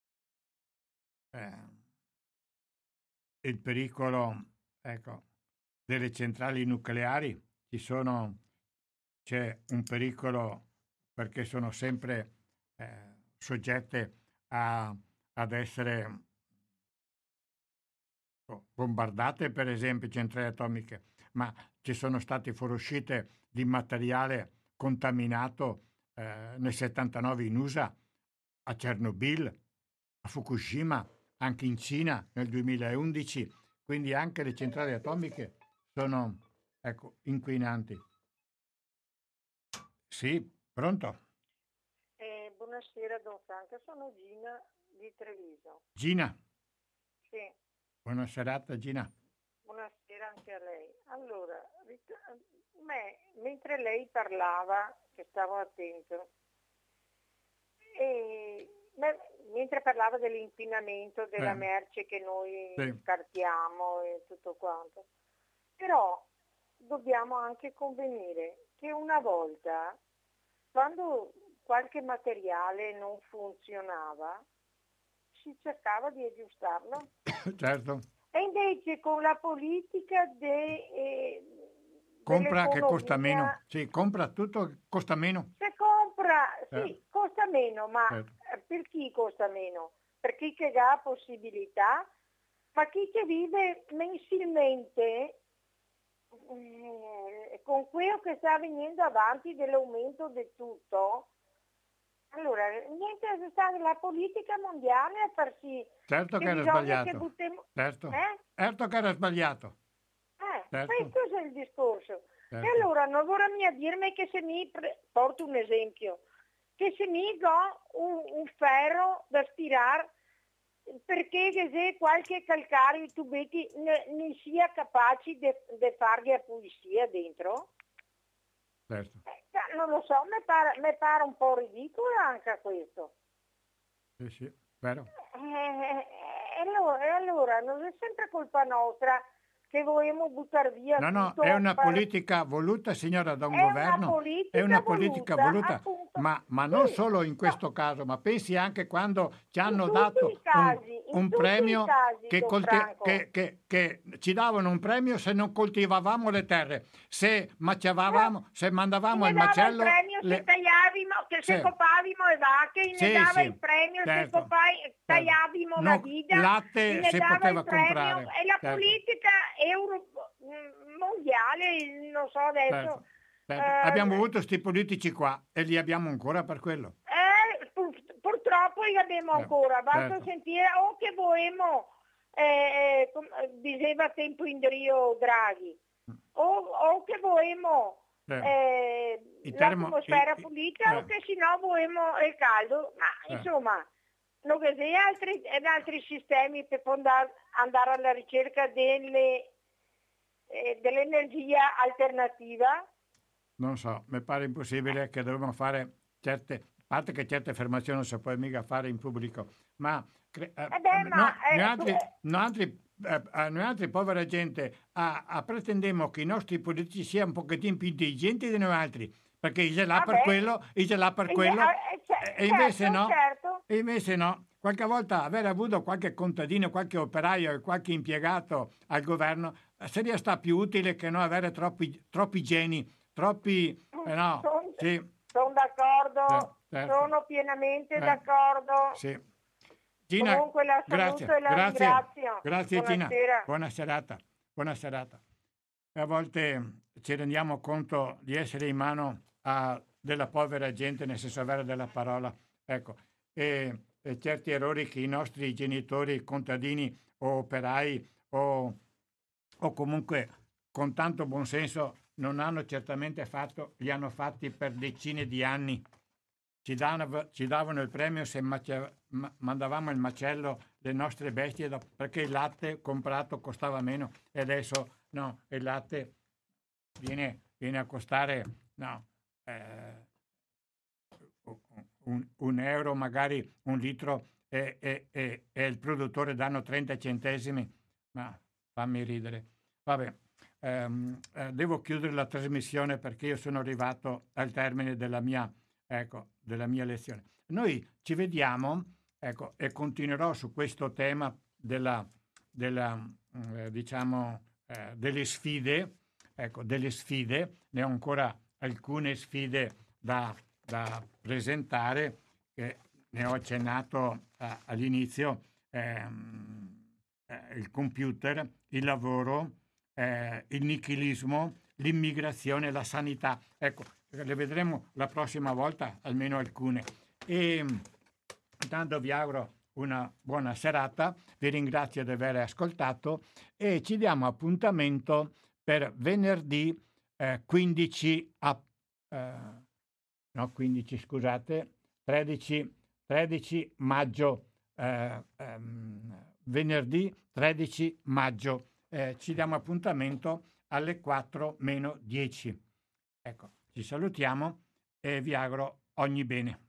Eh, il pericolo, ecco, delle centrali nucleari, ci sono, c'è un pericolo perché sono sempre eh, soggette a, ad essere bombardate, per esempio, centrali atomiche, ma ci sono state fuoriuscite di materiale contaminato eh, nel settantanove in U S A, a Chernobyl, a Fukushima, anche in Cina nel duemilaundici, quindi anche le centrali atomiche sono, ecco, inquinanti. Sì, pronto? Eh, buonasera Don Franco, sono Gina di Treviso. Gina, Sì, buona serata Gina. buonasera anche a lei. Allora, rit- me, mentre lei parlava, che stavo attento, e me- mentre parlava dell'inquinamento della Eh, merce che noi sì. scartiamo e tutto quanto, però dobbiamo anche convenire che una volta, quando qualche materiale non funzionava, si cercava di aggiustarlo. Certo. E invece con la politica de, eh, compra che costa dell'economia, meno, sì, compra tutto che costa meno. se compra, Certo. sì, costa meno, ma Certo. per chi costa meno? Per chi che ha possibilità, ma chi che vive mensilmente eh, con quello che sta venendo avanti dell'aumento di tutto. Allora, niente, sta la politica mondiale a far sì Certo che che era bisogna sbagliato. che buttiamo... Certo. Eh? Certo che era sbagliato. Eh, Certo. questo è il discorso. Certo. E allora non vorrà mia dirmi che se mi pre... porto un esempio, che se mi do un, un ferro da stirare perché che se qualche calcario tubetti ne, ne sia capaci di fargli a pulizia dentro? Certo. Eh, non lo so, mi pare, mi pare un po' ridicolo anche questo. Sì, sì, vero. Eh, e allora, e allora non è sempre colpa nostra che vogliamo buttare via No, no, tutto è una per... politica voluta, signora, da un È una governo, politica è una politica voluta, voluta, appunto. ma, ma non Sì, solo in no, questo caso, ma pensi anche quando ci in hanno tutti dato i un, casi, in un tutti i premio casi, che, don colti- Franco. che, che, che ci davano un premio se non coltivavamo le terre, se macciavamo, Eh, se mandavamo ne il dava il macello... premio le- se tagliavimo, che se Sì. copavimo le vacche, ne Sì, dava sì, il premio se certo, copai, certo. tagliavimo la No, vita, latte ne si dava poteva il premio. comprare, E la certo. politica euro, mm, mondiale, non so adesso, Certo, certo. Abbiamo avuto eh, sti politici qua e li abbiamo ancora per quello. eh, pur- purtroppo li abbiamo Eh, ancora, basta certo. sentire o che vogliamo, eh, com- diceva a tempo in Dio Draghi, o, o che vogliamo Eh, eh, i termo- l'atmosfera i- i- pulita eh. o che se no vogliamo il caldo, ma Eh. insomma non che sia altri, ed altri sistemi per andare, andare alla ricerca delle, eh, dell'energia alternativa. Non so, mi pare impossibile che dobbiamo fare certe, a parte che certe affermazioni non si può mica fare in pubblico, ma cre- eh, Eh beh, no, ma, eh, noi tu- altri, noi altri, eh, eh, noi altri povera gente a, a pretendiamo che i nostri politici siano un pochettino più intelligenti di noi altri, perché ce l'ha per vabbè, quello, e ce l'ha per e- quello, eh, ce- e invece certo, no, certo. e invece no. Qualche volta aver avuto qualche contadino, qualche operaio e qualche impiegato al governo eh, sarebbe stato più utile che non avere troppi, troppi geni, troppi... Eh no, Sono sì, son d'accordo, eh, certo. sono pienamente Eh, d'accordo. sì. Gina, Comunque la saluto grazie, e la grazie, ringrazio. grazie Gina, Buonasera. buona serata, buona serata. A volte ci rendiamo conto di essere in mano a della povera gente, nel senso vero della parola, ecco, e, e certi errori che i nostri genitori, contadini o operai o, o comunque con tanto buonsenso non hanno certamente fatto, li hanno fatti per decine di anni. Ci davano, ci davano il premio se mace- ma- mandavamo il macello le nostre bestie da- perché il latte comprato costava meno e adesso no, il latte viene, viene a costare no, eh, un, un euro, magari un litro e, e- e- e il produttore danno trenta centesimi, ma fammi ridere. Vabbè, ehm, eh, devo chiudere la trasmissione perché io sono arrivato al termine della mia, ecco, della mia lezione. Noi ci vediamo, ecco, e continuerò su questo tema della, della mm, eh, diciamo, eh, delle sfide, ecco, delle sfide, ne ho ancora alcune sfide da, da presentare, che ne ho accennato eh, all'inizio, ehm, eh, il computer, il lavoro, eh, il nichilismo, l'immigrazione, la sanità. Ecco, le vedremo la prossima volta, almeno alcune. E intanto vi auguro una buona serata, vi ringrazio di aver ascoltato e ci diamo appuntamento per venerdì eh, quindici a, eh, no, quindici, scusate, tredici, tredici maggio, eh, ehm, venerdì tredici maggio. Eh, ci diamo appuntamento alle quattro meno dieci. Ecco, ci salutiamo e vi auguro ogni bene.